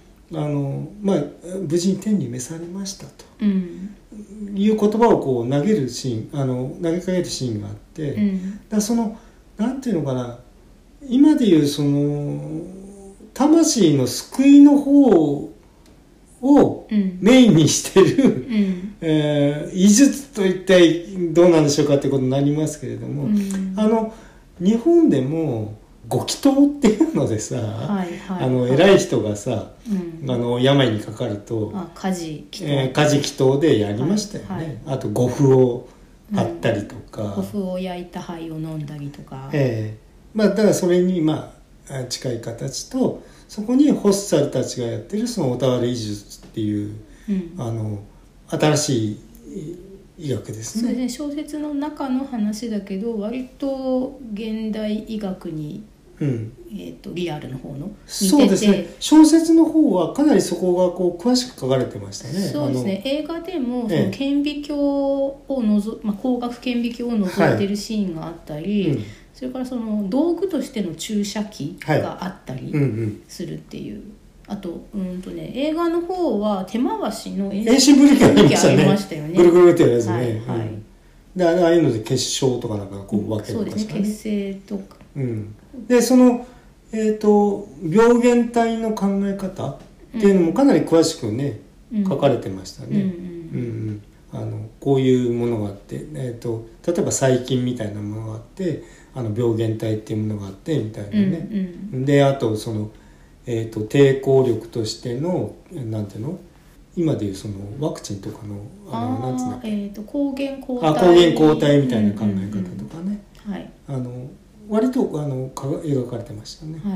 無事に天に召されましたと、いう言葉をこう投げかけるシーンがあって、だそのなんていうのかな、今でいうその魂の救いの方をメインにしてる、医術と一体どうなんでしょうかってことになりますけれども、日本でもご祈祷っていうのでさ、偉い人がさ、病にかかると家事祈祷でやりましたよね。あと呉服を貼ったりとか、 呉服を焼いた灰を飲んだりとか、 だからそれに近い形と、そこにホッサルたちがやってるそのオタワル医術っていう、新しい医学ですね。 そうですね、小説の中の話だけど割と現代医学に、リアルの方の似てて、 そうですね、小説の方はかなりそこがこう詳しく書かれてましたね。 そうですね、映画でもその顕微鏡を光学顕微鏡を覗いてるシーンがあったり、それからその道具としての注射器があったりするっていう、あと映画の方は手回しの遠心分離器ありましたよね。 ぐるぐるってやるやつね。でああいうので結晶とかなんかこう分けるとか、 そうですね、血清とか。 でその病原体の考え方っていうのもかなり詳しくね、書かれてましたね。こういうものがあって、例えば細菌みたいなものがあって、病原体っていうものがあってみたいなね、であとその、抵抗力としてのなんていうの、今でいうそのワクチンとかのなんつうんだっけ、 抗原抗体みたいな考え方とかね、割と描かれてましたね。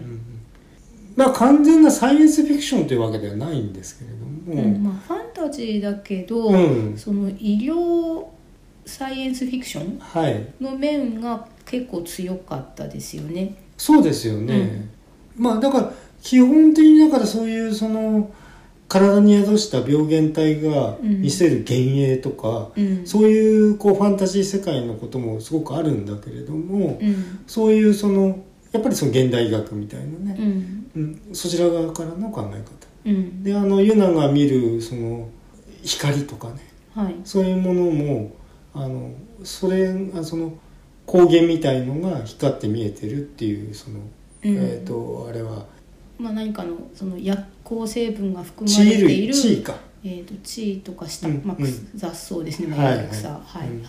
完全なサイエンスフィクションというわけではないんですけれども、 ファンタジーだけど、その医療サイエンスフィクションの面が結構強かったですよね。 そうですよね。だから基本的にだからそういうその体に宿した病原体が見せる幻影とか、そういうこうファンタジー世界のこともすごくあるんだけれども、そういうそのやっぱりその現代医学みたいなね、そちら側からの考え方、でユナが見るその光とかね、そういうものもその光源みたいのが光って見えてるっていうその、あれは何かのその薬効成分が含まれている地位か、 地位とか下、雑草ですね、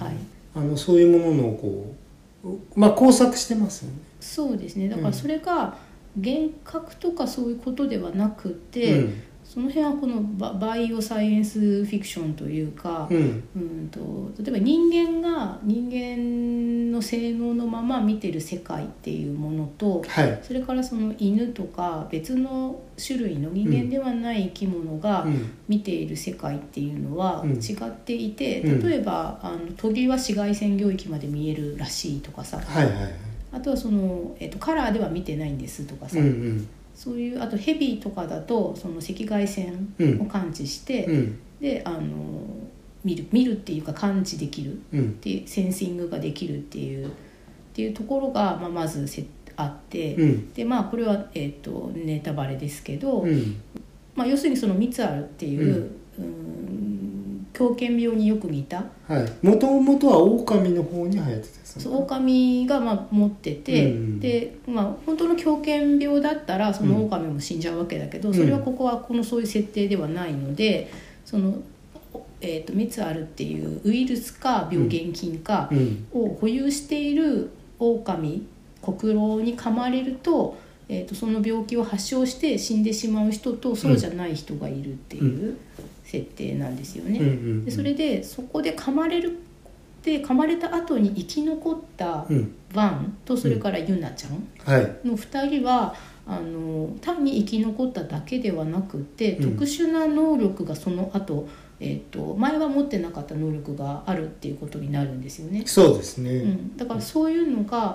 そういうもののこう、工作してますよね。 そうですね。だからそれが幻覚とかそういうことではなくて、その辺はこのバイオサイエンスフィクションというか、例えば人間が人間の性能のまま見てる世界っていうものと、それからその犬とか別の種類の人間ではない生き物が見ている世界っていうのは違っていて、例えば鳥は紫外線領域まで見えるらしいとかさ、あとはその、カラーでは見てないんですとかさ、そういう、あとヘビとかだとその赤外線を感知して、で見るっていうか感知できるっていう、センシングができるっていうところが、まずあって、でこれは、ネタバレですけど、要するにそのミツアルっていう、狂犬病によく似た、 もともとは狼の方に生えてた。 狼が持ってて、で本当の狂犬病だったらその狼も死んじゃうわけだけど、それはここはそういう設定ではないので、そのミツアルっていうウイルスか病原菌かを保有している狼、コクロに噛まれると、その病気を発症して死んでしまう人とそうじゃない人がいるっていう設定なんですよね。でそれでそこで噛まれた後に生き残ったバンと、それからユナちゃんの2人は単に生き残っただけではなくて、特殊な能力がその後、前は持ってなかった能力があるっていうことになるんですよね。 そうですね、 だからそういうのが、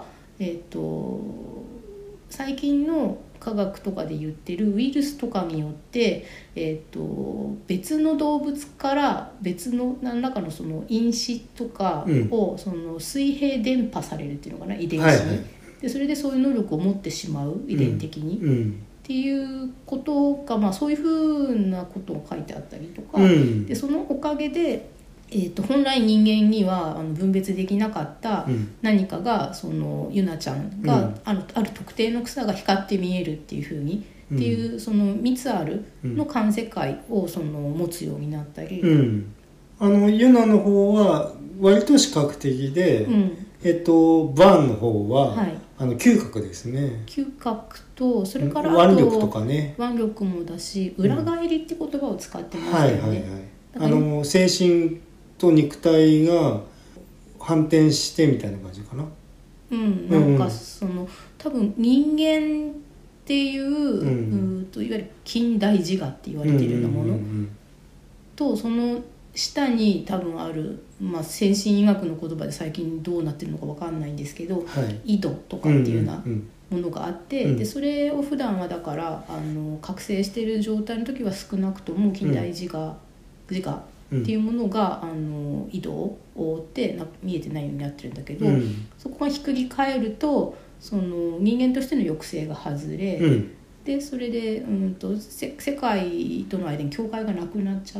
最近の科学とかで言ってるウイルスとかによって、別の動物から別の何らかのその因子とかをその水平伝播されるっていうのかな、遺伝子に、でそれでそういう能力を持ってしまう、遺伝的に、っていうことが、そういうふうなことを書いてあったりとか、でそのおかげで、本来人間には分別できなかった何かが、そのユナちゃんが、ある特定の草が光って見えるっていうふうに、っていうそのミツアルの環世界をその持つようになったり、 ユナの方は割と視覚的で、バーンの方は、嗅覚ですね。 嗅覚と、それから腕力とかね、 腕力もだし、裏返りって言葉を使ってますよね。 精神と肉体が反転してみたいな感じかな。 なんかその多分人間っていう、いわゆる近代自我って言われているようなものと、その下に多分ある、精神医学の言葉で最近どうなってるのか分かんないんですけど、井戸とかっていうようなものがあって、でそれを普段はだから覚醒している状態の時は少なくとも近代自我っていうものが井戸を覆って見えてないようになってるんだけど、そこがひっくり返るとその人間としての抑制が外れ、でそれで、世界との間に境界がなくなっちゃって、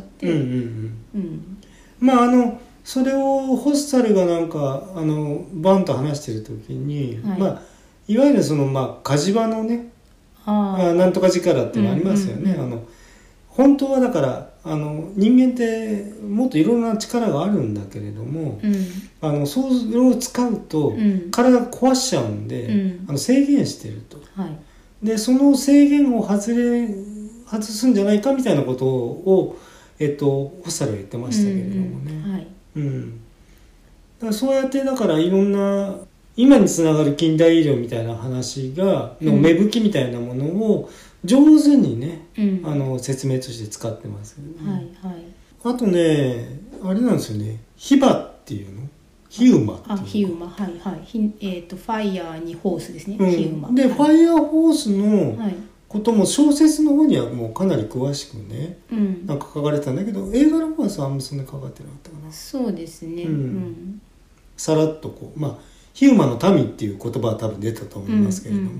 それをホッサルがなんかバンと話してる時に、いわゆるその火事場のね、なんとか力っていうのありますよね。本当はだから人間ってもっといろんな力があるんだけれども、それを使うと体が壊しちゃうんで、制限してると、でその制限を外すんじゃないかみたいなことを、ホッサルが言ってましたけれどもね。だからそうやってだからいろんな今につながる近代医療みたいな話の芽吹きみたいなものを上手にね、説明として使ってますよね。あとね、あれなんですよね、ヒバっていうの、ヒウマっていうの。 ヒウマ、ファイヤーにホースですね、ヒウマで、ファイヤーホースのことも小説の方にはもうかなり詳しくね、なんか書かれてたんだけど、映画の方はあんまそんな書かれてなかったかな。 そうですね、 さらっとこう、ヒウマの民っていう言葉は多分出たと思いますけれども、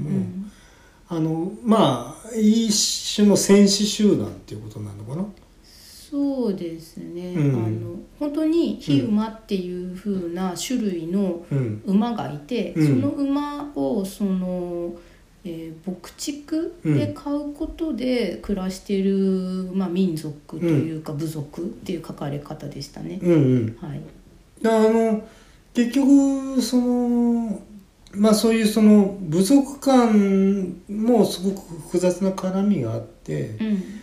一種の戦士集団っていうことなのかな。 そうですね、本当にヒウマっていう風な種類の馬がいて、その馬をその、牧畜で飼うことで暮らしている、民族というか部族っていう書かれ方でしたね。 結局そういうその部族間もすごく複雑な絡みがあって、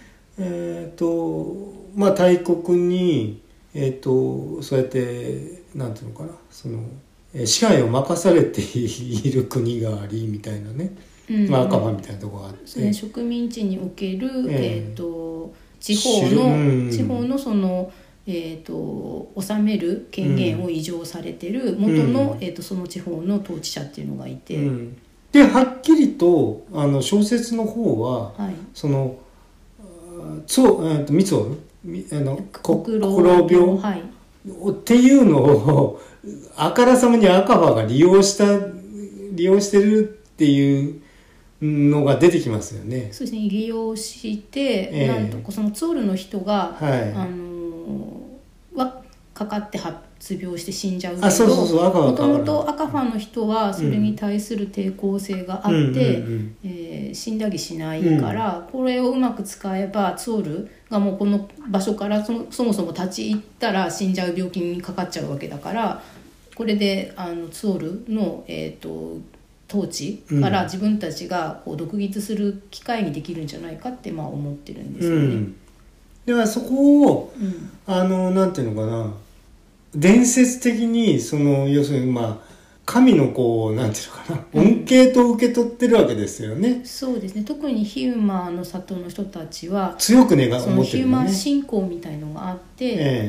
大国にそうやってなんていうのかな、支配を任されている国がありみたいなね、赤羽みたいなところがあって、 植民地における、地方のその治める権限を委譲されてる元の、その地方の統治者っていうのがいて、 ではっきりと小説の方は、そのミツオル黒老病、っていうのをあからさまに赤羽が利用してるっていうのが出てきますよね。 そうですね、利用して、なんとかそのツオルの人が、かかって発病して死んじゃうけど、もともと赤ファンの人はそれに対する抵抗性があって、死んだりしないから、これをうまく使えばツオルがもうこの場所からそもそも立ち入ったら死んじゃう病気にかかっちゃうわけだから、これでツオルの、統治から自分たちがこう独立する機会にできるんじゃないかって思ってるんですよね。 だからそこを、なんていうのかな、伝説的に要するに神のなんていうのかな、恩恵と受け取ってるわけですよね。 そうですね。特にヒューマーの里の人たちは強く思ってるよね。 そのヒューマー信仰みたいのがあって、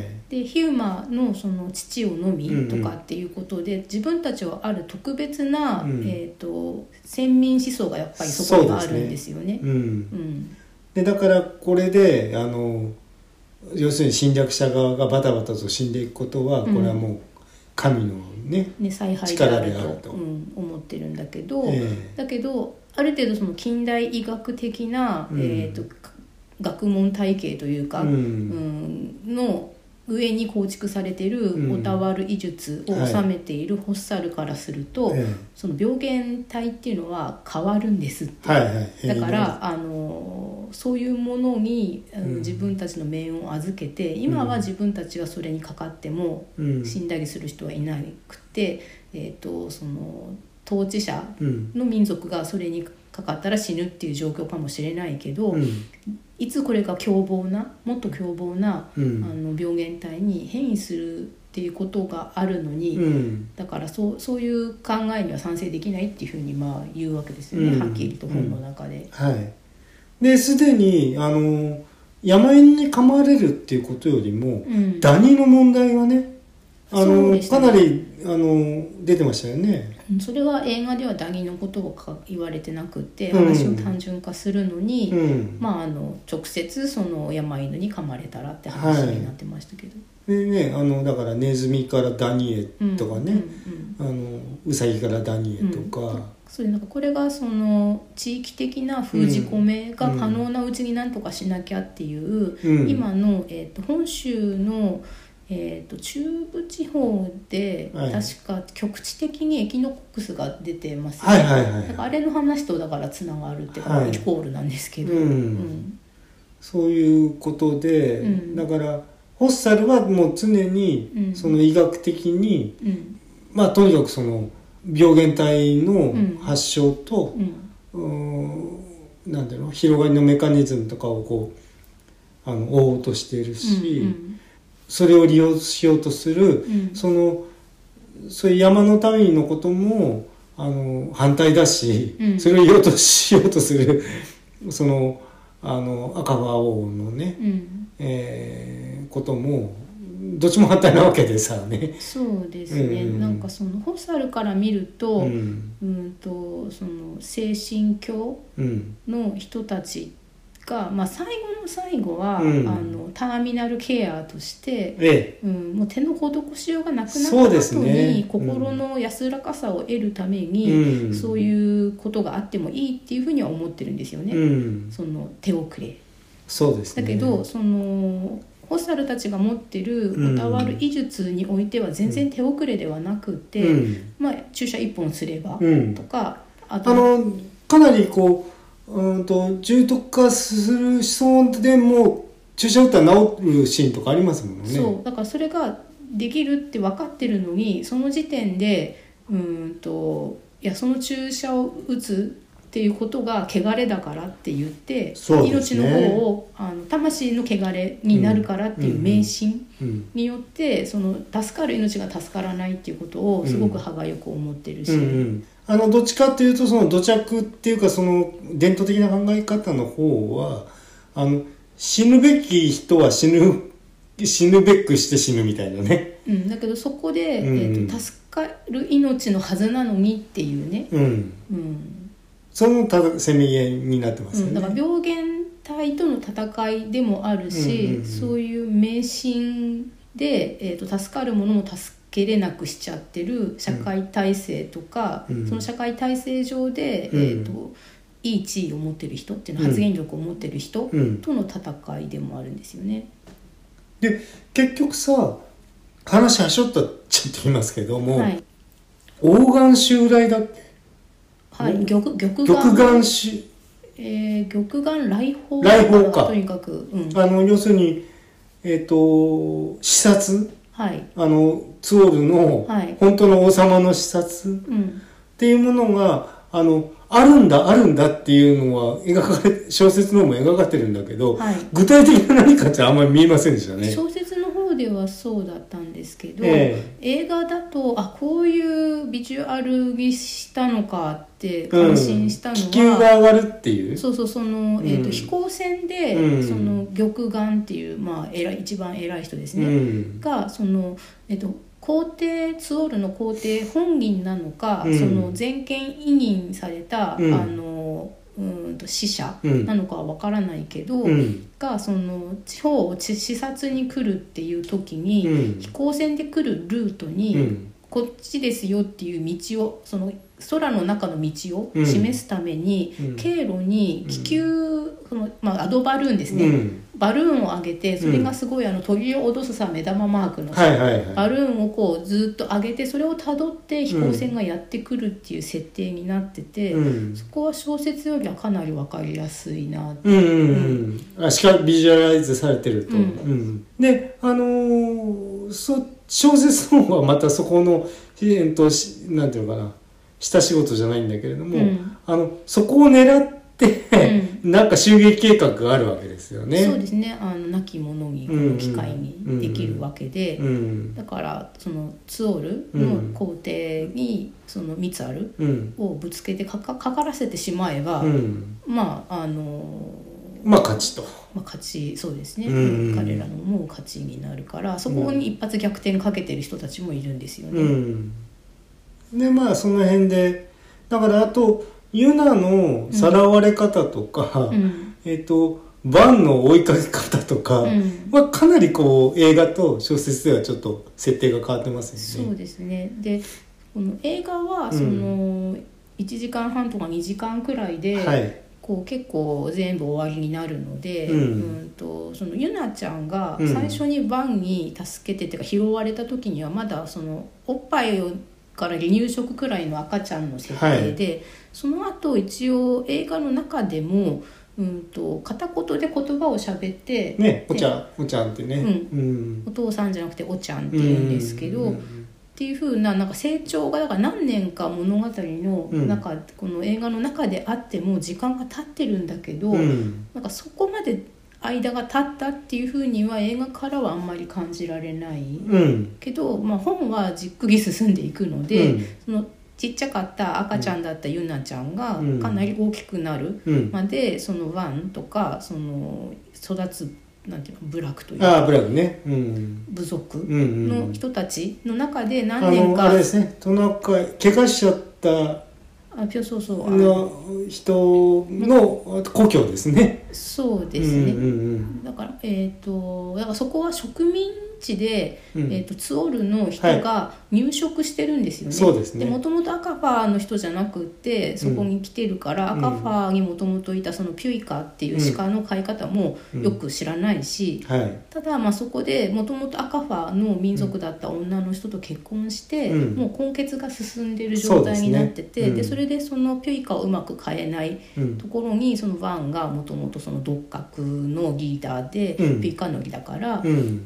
でヒューマーのその父を飲みとかっていうことで、自分たちはある特別な、先民思想がやっぱりそこにあるんですよね。 でだからこれで要するに侵略者側がバタバタと死んでいくことは、これはもう神の采配であると思ってるんだけど、だけどある程度その近代医学的な、学問体系というか、の上に構築されているオタワル医術を治めているホッサルからすると、その病原体っていうのは変わるんですって、だからそういうものに自分たちの命運を預けて、今は自分たちがそれにかかっても死んだりする人はいなくて、その統治者の民族がそれにかかったら死ぬっていう状況かもしれないけど、いつこれがもっと凶暴な、病原体に変異するっていうことがあるのに、だからそういう考えには賛成できないっていうふうに言うわけですよね、はっきりと本の中で。 ですでに病に噛まれるっていうことよりも、ダニの問題がね、かなり出てましたよね。 それは映画ではダニのことを言われてなくて、話を単純化するのに、直接その病犬に噛まれたらって話になってましたけど、 でね、だからネズミからダニエとかね、ウサギからダニエとか、 そういうなんかこれがその地域的な封じ込めが可能なうちになんとかしなきゃっていう、今の、本州の中部地方で確か局地的にエキノコックスが出てますよね。だからあれの話とだからつながるっていうか、イコールなんですけど、 そういうことで、だからホッサルはもう常にその医学的に、とにかくその病原体の発症と、なんだろう、広がりのメカニズムとかを追おうとしているし、それを利用しようとする、そういう山の民のことも反対だし、それをしようとするその赤羽王のね、こともどっちも反対なわけでさね。 そうですね、なんかそのホッサルから見ると、その精神教の人たちが、最後の最後は、ターミナルケアとして、もう手の施しようがなくなった後に、心の安らかさを得るために、そういうことがあってもいいっていうふうには思ってるんですよね、その手遅れ。 そうですね。 だけどそのホッサルたちが持ってるオタワル医術においては全然手遅れではなくて、注射1本すればとか、あとかなり重篤化する人でも注射打ったら治るシーンとかありますもんね。 そうだからそれができるって分かってるのに、その時点でいやその注射を打つっていうことが汚れだからって言って、命の方を魂の汚れになるからっていう迷信によって、その助かる命が助からないっていうことをすごく歯がよく思ってるし、 どっちかっていうとその土着っていうかその伝統的な考え方の方は死ぬべき人は死ぬべくして死ぬみたいなね、 だけどそこで、助かる命のはずなのにっていうね、 そのせめぎ合いになってますよね。 だから病原体との戦いでもあるし、そういう迷信で、助かるものも助けれなくしちゃってる社会体制とか、その社会体制上で、いい地位を持ってる人っていうのは、発言力を持ってる人との戦いでもあるんですよね。 で結局さ、話はしょっとちょっと言いますけども、黄岩襲来だっけ？ はい、玉岩来訪かとにかく、 要するに視察、ツオルの本当の王様の視察っていうものがあるんだっていうのは小説の方も描かれてるんだけど、具体的な何かってあんまり見えませんでしたね。 小説の方ではそうだったんですけど、映画だとこういうビジュアルにしたのかって感心したのは、 気球が上がるっていう、 その、飛行船で、その玉岩っていう、一番偉い人ですね、がその皇帝ツオルの皇帝本人なのか、その全権委任された、使者なのかは分からないけど、がその地方を視察に来るっていう時に、飛行船で来るルートに、こっちですよっていう道を、その空の中の道を示すために、経路に気球、アドバルーンですね、バルーンを上げて、それがすごい鳥を脅す目玉マークのバルーンをこうずっと上げて、それをたどって飛行船がやってくるっていう設定になってて、そこは小説よりはかなり分かりやすいなって、 しかビジュアライズされてると、で小説の方はまたそこのなんていうのかな、下仕事じゃないんだけれども、そこを狙ってなんか襲撃計画があるわけですよね。 そうですね、亡き者にこの機会にできるわけで、だからそのツオルの皇帝にそのミツァルをぶつけてかからせてしまえば、 勝ちと。 勝ち、そうですね、彼らの思う勝ちになるから、そこに一発逆転かけてる人たちもいるんですよね。 でその辺でだから、あとユナのさらわれ方とか、バンの追いかけ方とかはかなり映画と小説ではちょっと設定が変わってますよね。 そうですね。でこの映画はその1時間半とか2時間くらいで、結構全部終わりになるので、そのユナちゃんが最初にバンに助けてっていうか拾われた時には、まだそのおっぱいから離乳食くらいの赤ちゃんの設定で、その後一応映画の中でも片言で言葉を喋ってね、おちゃんってね、 お父さんじゃなくておちゃんって言うんですけど、っていう風な、なんか成長がだから何年か物語の中、この映画の中であっても時間が経ってるんだけど、なんかそこまで間が経ったっていう風には映画からはあんまり感じられない、けど、本はじっくり進んでいくので、そのちっちゃかった赤ちゃんだったユナちゃんがかなり大きくなるまで、そのワンとかその育つなんていうの、部落というか、 ブラックね、 部族の人たちの中で何年か、 あれですね、トナカイ怪我しちゃったの人の故郷ですね。 そうですね。だからそこは植民地で、ツオルの人が入植してるんですよね。 そうですね。 もともとアカファーの人じゃなくてそこに来てるから、アカファーにもともといたそのピュイカっていう鹿の飼い方もよく知らないし、ただそこでもともとアカファーの民族だった女の人と結婚して、もう婚結が進んでる状態になってて、でそれでそのピュイカをうまく飼えないところに、そのワンがもともとその独角のリーダーで、ピュイカのリだから、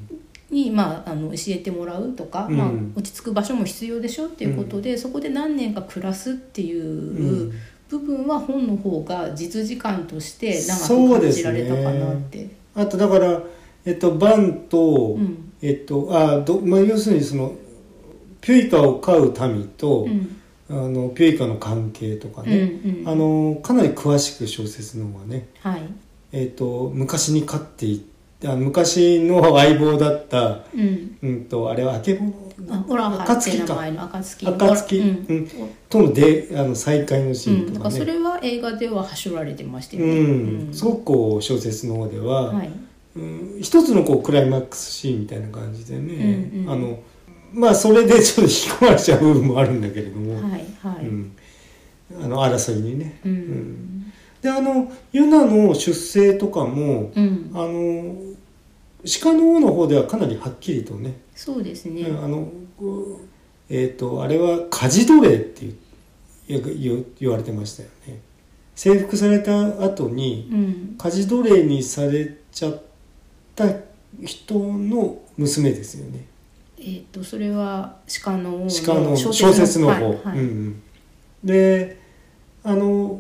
に、まあ、教えてもらうとか、まあ、落ち着く場所も必要でしょっていうことで、そこで何年か暮らすっていう部分は本の方が実時間として長く感じられたかなって。 あとだからバンと、まあ、要するにそのピュイカを飼う民と、ピュイカの関係とかね、かなり詳しく小説の方がね、 はい、 昔に飼っていた昔の相棒だった、あれはあけぼの暁か暁との再会のシーンとかね、 だからそれは映画でははしょられてましたよね。すごくこう小説の方では、一つのこうクライマックスシーンみたいな感じでね、まあそれでちょっと引き込まれちゃう部分もあるんだけれども、争いにね。でユナの出生とかも、鹿の王の方ではかなりはっきりとね、 そうですね、 あれは家事奴隷って言われてましたよね。征服された後に、家事奴隷にされちゃった人の娘ですよね。 それは鹿の王の小説の方、で鹿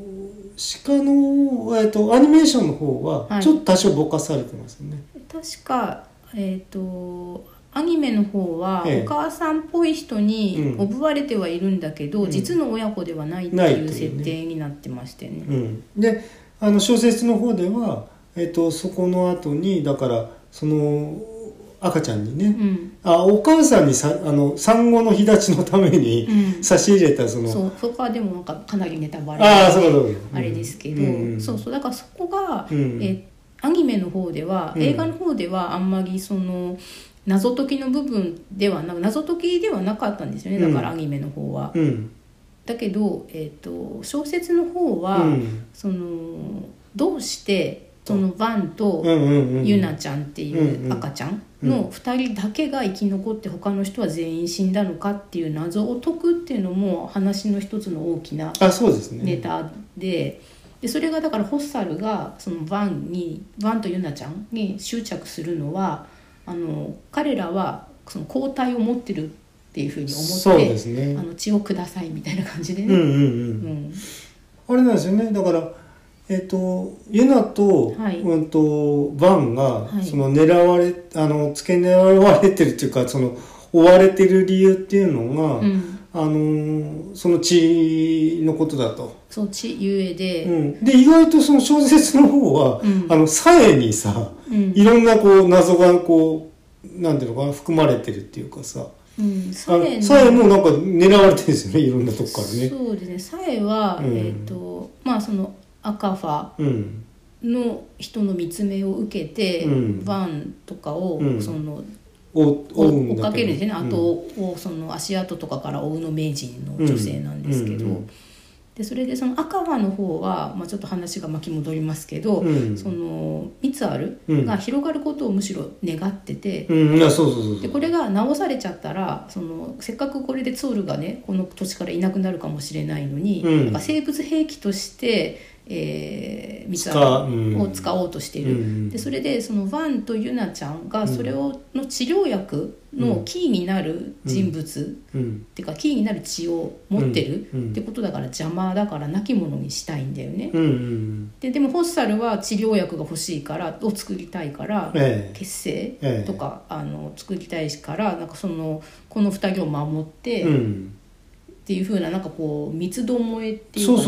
のアニメーションの方はちょっと多少ぼかされてますよね。 確かアニメの方はお母さんっぽい人におぶわれてはいるんだけど、実の親子ではないっていう設定になってましたよね。 で小説の方では、そこの後にだからその赤ちゃんにね、お母さんに産後の日立ちのために差し入れたそこはでもなんかかなりネタバレあれですけど、そうだからそこが、アニメの方では、映画の方ではあんまりその謎解きの部分では謎解きではなかったんですよね。だからアニメの方は、だけど、小説の方は、そのどうしてそのバンとユナちゃんっていう赤ちゃんの2人だけが生き残って他の人は全員死んだのかっていう謎を解くっていうのも話の一つの大きなネタで、それがだからホッサルがそのバンとユナちゃんに執着するのは彼らはその抗体を持ってるっていうふうに思って、血をくださいみたいな感じでね。 あれなんですよね。だからユナと、バンが、その付け狙われてるっていうか、その追われてる理由っていうのが、その血のことだと。 そう血ゆえで、 で意外とその小説の方は、さえにさ、いろんなこう謎がこうなんていうのかな含まれてるっていうかさ。さえもなんか狙われてるんですよね、いろんなとこからね。 そうですね。さえは、まあその赤ファの人の見つめを受けて、バンとかをその追っかけるんですね。あとをその足跡とかから追うの名人の女性なんですけど、でそれでその赤羽の方は、ちょっと話が巻き戻りますけど、そのミツアルが広がることをむしろ願ってて、でこれが直されちゃったらそのせっかくこれでツオルがねこの土地からいなくなるかもしれないのに、なんか生物兵器としてミツアルを使おうとしている。でそれでそのバンとユナちゃんがそれをの治療薬のキーになる人物、っていうかキーになる血を持ってるってことだから邪魔だから亡き者にしたいんだよね。でもホッサルは治療薬が欲しいからを作りたいから、血清とか作りたいからなんかそのこの2人を守って、っていう風ななんかこう三つどもえっていうかね。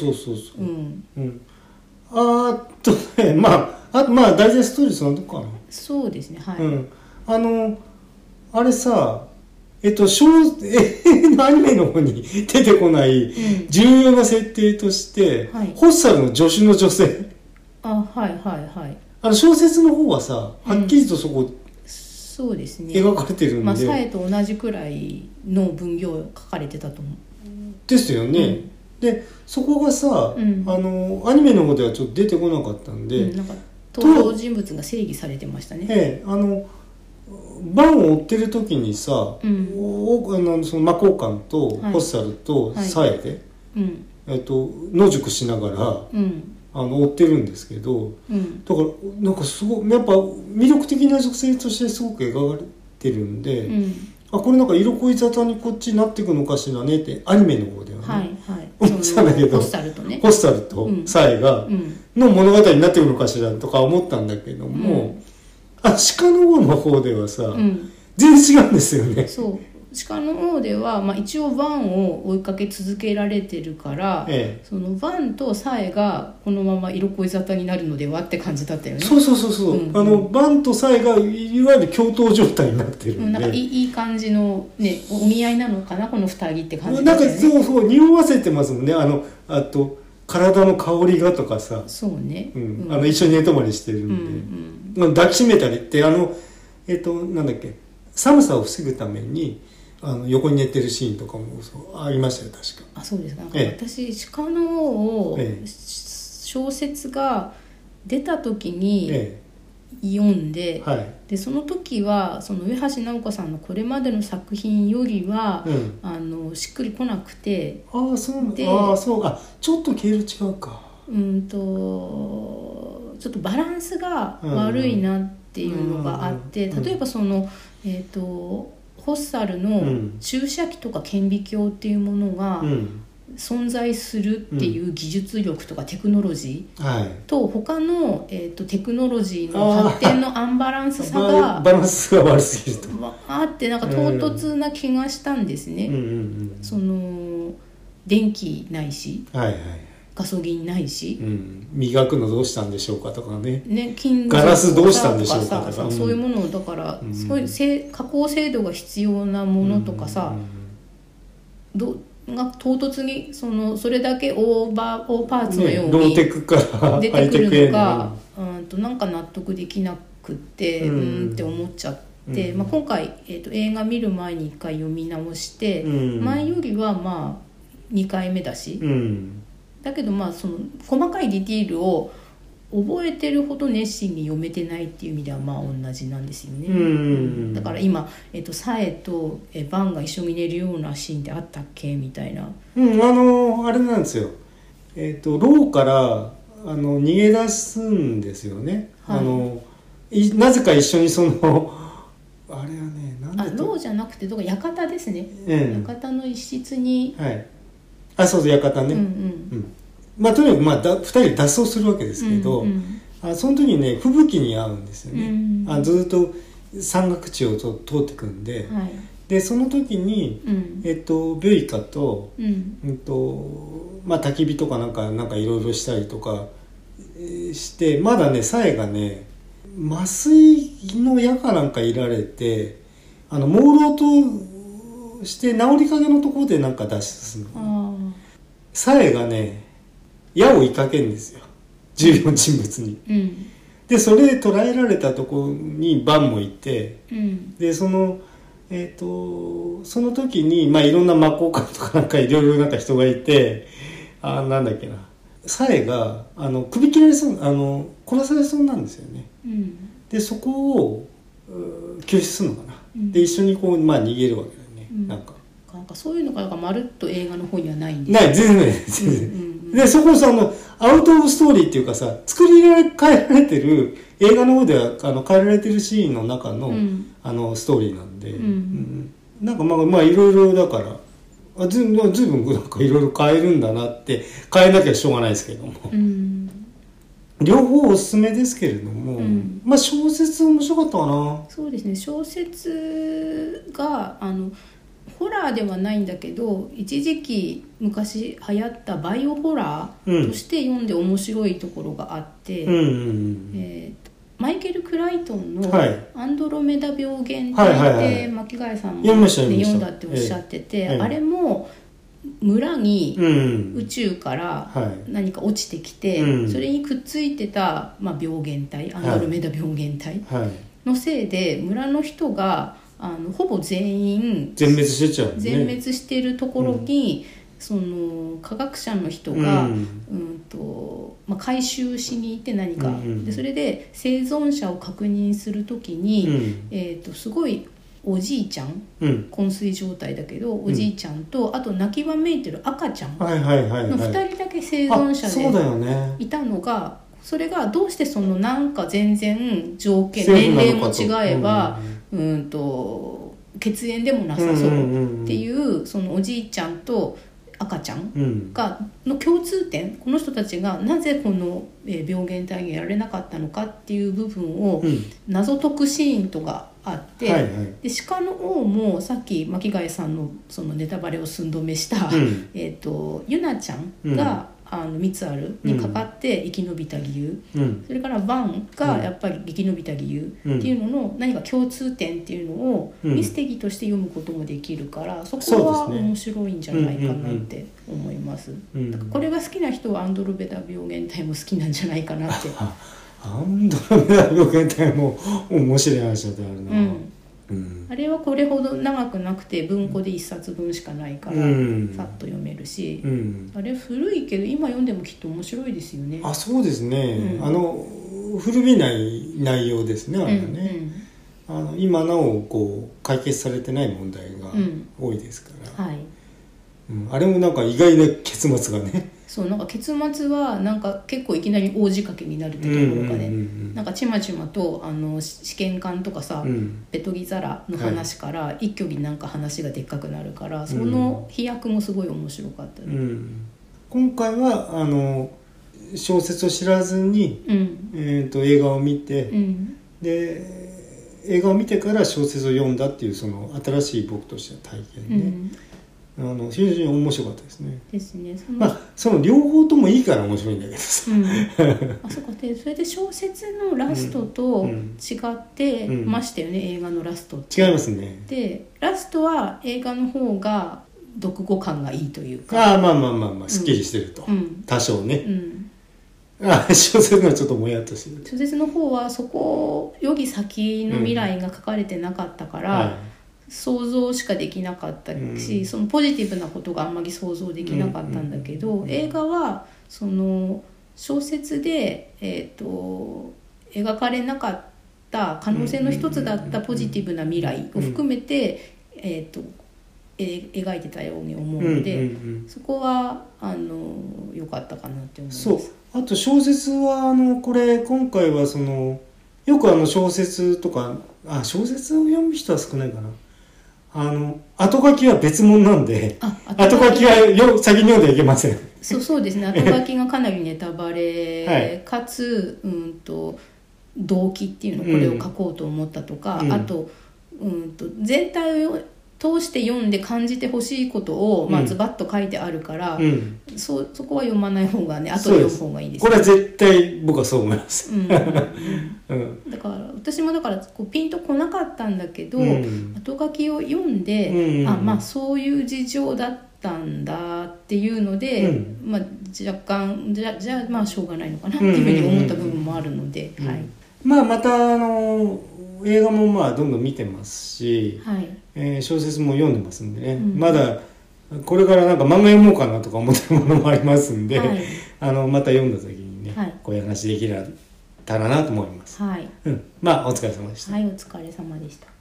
まあ大体ストーリーそのとこかな。 そうですね、はい。 あれさアニメの方に出てこない重要な設定として、ホッサルの助手の女性。小説の方はさはっきりとそこ、 そうですね、 描かれてるんで、 さえと同じくらいの分量書かれてたと思う。 ですよね。でそこがさ、アニメの方ではちょっと出てこなかったんで、 なんか登場人物が正義されてましたね。 バンを追ってる時にさ、その魔法官とホッサルとサエで、野宿しながら、 追ってるんですけど、だからなんかすごいやっぱ魅力的な女性としてすごく描かれてるんで、これなんか色恋沙汰にこっちになっていくのかしらねってアニメの方ではね、思ってたんだけど、 ホスタルとね、 ホスタルとサエがの物語になっていくのかしらとか思ったんだけども、鹿の王の方ではさ、全然違うんですよね。 そう鹿の王では、一応ワンを追いかけ続けられてるから、そのワンとサエがこのまま色恋沙汰になるのではって感じだったよね。 そう、ワンとサエがいわゆる共闘状態になってるんで、 なんかいい感じのねお見合いなのかなこの二人って感じだったよね。 なんかそう匂わせてますもんね。あと体の香りがとかさ、 そうね、 一緒に寝泊まりしてるんで、抱きしめたりってなんだっけ、寒さを防ぐために横に寝てるシーンとかもありましたよ確か。 そうですか。なんか私鹿の王を小説が出た時に読んで、でその時はその上橋直子さんのこれまでの作品よりは、しっくりこなくて、 そうでちょっと毛色違うか、 ちょっとバランスが悪いなっていうのがあって、例えばそのホッサルの注射器とか顕微鏡っていうものが存在するっていう技術力とかテクノロジーと他のテクノロジーの発展のアンバランスさがバランスが悪すぎるとあって、なんか唐突な気がしたんですね。その電気ないし、ガソリンないし、 磨くのどうしたんでしょうかとかね、 金ガラスどうしたんでしょうかとか、 そういうものだから、そういう加工精度が必要なものとかさ、が唐突にそれだけオーパーツのように出てくるのが、なんか納得できなくってって思っちゃって、今回、映画見る前に1回読み直して、前よりは2回目だし、だけどその細かいディティールを覚えてるほど熱心に読めてないっていう意味では同じなんですよね。だから今、サエとバンが一緒に寝るようなシーンってあったっけみたいな。 あれなんですよ。牢から逃げ出すんですよね。なぜか一緒にあれはね、なんで牢じゃなくて館ですね。館の一室に。 そう館ね。とにかく2人で脱走するわけですけど、その時にね吹雪に遭うんですよね。ずっと山岳地を通ってくんで、でその時に、ビュイカと、焚き火とかなんかいろいろしたりとかして、まだねサエがね麻酔の矢かなんかいられて朦朧として治りかけのところでなんか脱出するの。サエがね矢を追いかけるんですよ、重要人物に。でそれで捕らえられたところにバンもいて、でその時にいろんな魔法官とかなんかいろいろなんか人がいて、なんだっけな、サエが首切られそう殺されそうなんですよね。でそこを救出するのかな、で一緒に逃げるわけだよね。なんかそういうのがまるっと映画の方にはないんですよ。ない、全然でそこアウト・オブ・ストーリーっていうかさ、作り変えられてる映画の方では変えられてるシーンの中の、ストーリーなんで、なんかいろいろだからずいぶんなんかいろいろ変えるんだなって、変えなきゃしょうがないですけども、両方おすすめですけれども、小説面白かったかな。 そうですね、小説がホラーではないんだけど、一時期昔流行ったバイオホラーとして読んで面白いところがあって、マイケル・クライトンの「アンドロメダ病原体」って巻貝さんも、読んだっておっしゃってて、あれも村に宇宙から何か落ちてきて、それにくっついてた、病原体、アンドロメダ病原体のせいで村の人がほぼ全員全滅してちゃう、ね、 全滅しているところに、その科学者の人が、回収しに行って何か、でそれで生存者を確認するときに、すごいおじいちゃん、昏睡状態だけどおじいちゃんと、あと泣きわめいてる赤ちゃんの2人だけ生存者でいたのが、それがどうしてそのなんか全然条件年齢も違えば血縁でもなさそうっていうそのおじいちゃんと赤ちゃんがの共通点、この人たちがなぜこの病原体がやられなかったのかっていう部分を謎解くシーンとかあって、で鹿の王もさっき巻貝さんのそのネタバレを寸止めした、ゆなちゃんがミツアルにかかって生き延びた理由、それからバンがやっぱり生き延びた理由っていうのの何か共通点っていうのをミステリーとして読むこともできるから、そこは面白いんじゃないかなって思います。だからこれが好きな人はアンドロメダ病原体も好きなんじゃないかなって。 アンドロメダ病原体も面白い話だったあるな。 あれはこれほど長くなくて文庫で1冊分しかないから、さっと読めるし、あれ古いけど今読んでもきっと面白いですよね。 あ、そうですね、古びない内容ですね、あれはね、今なおこう解決されてない問題が多いですから、あれもなんか意外な結末がね、 そうなんか結末はなんか結構いきなり大仕掛けになるってところがね、なんかちまちまと試験管とかさ、ベトギザラの話から一挙になんか話がでっかくなるから、その飛躍もすごい面白かったね。 今回は小説を知らずに、映画を見て、で映画を見てから小説を読んだっていうその新しい僕としての体験ね、非常に面白かったですね。 ですね。 その両方ともいいから面白いんだけどさ。 あ、そうか。でそれで小説のラストと違ってましたよね、映画のラストって。 違いますね。 でラストは映画の方が読後感がいいというか。 まあすっきりしてると、多少ね。小説のはちょっともやっとしてる。 小説の方はそこより先の未来が書かれてなかったから。想像しかできなかったし、そのポジティブなことがあんまり想像できなかったんだけど、映画はその小説で、描かれなかった可能性の一つだったポジティブな未来を含めて、描いてたように思うので、そこは良かったかなって思います。 そう、あと小説はこれ今回はそのよく小説とか小説を読む人は少ないかな。後書きは別物なんで、後書きは先に読んではいけません。 そうですね。後書きがかなりネタバレ、かつ動機っていうの、これを書こうと思ったとか、あと全体を通して読んで感じてほしいことをズバッと書いてあるから、そこは読まない方がね、後で読む方がいいですね。 これは絶対僕はそう思います。 だから私もこうピンとこなかったんだけど、後書きを読んで、そういう事情だったんだっていうので、若干じゃあしょうがないのかなっていうふうに思った部分もあるので、 また映画もどんどん見てますし、小説も読んでますんでね、まだこれからなんか漫画読もうかなとか思ってるものもありますんで、また読んだ時にね、こういう話できたらなと思います。お疲れ様でした。 お疲れ様でした。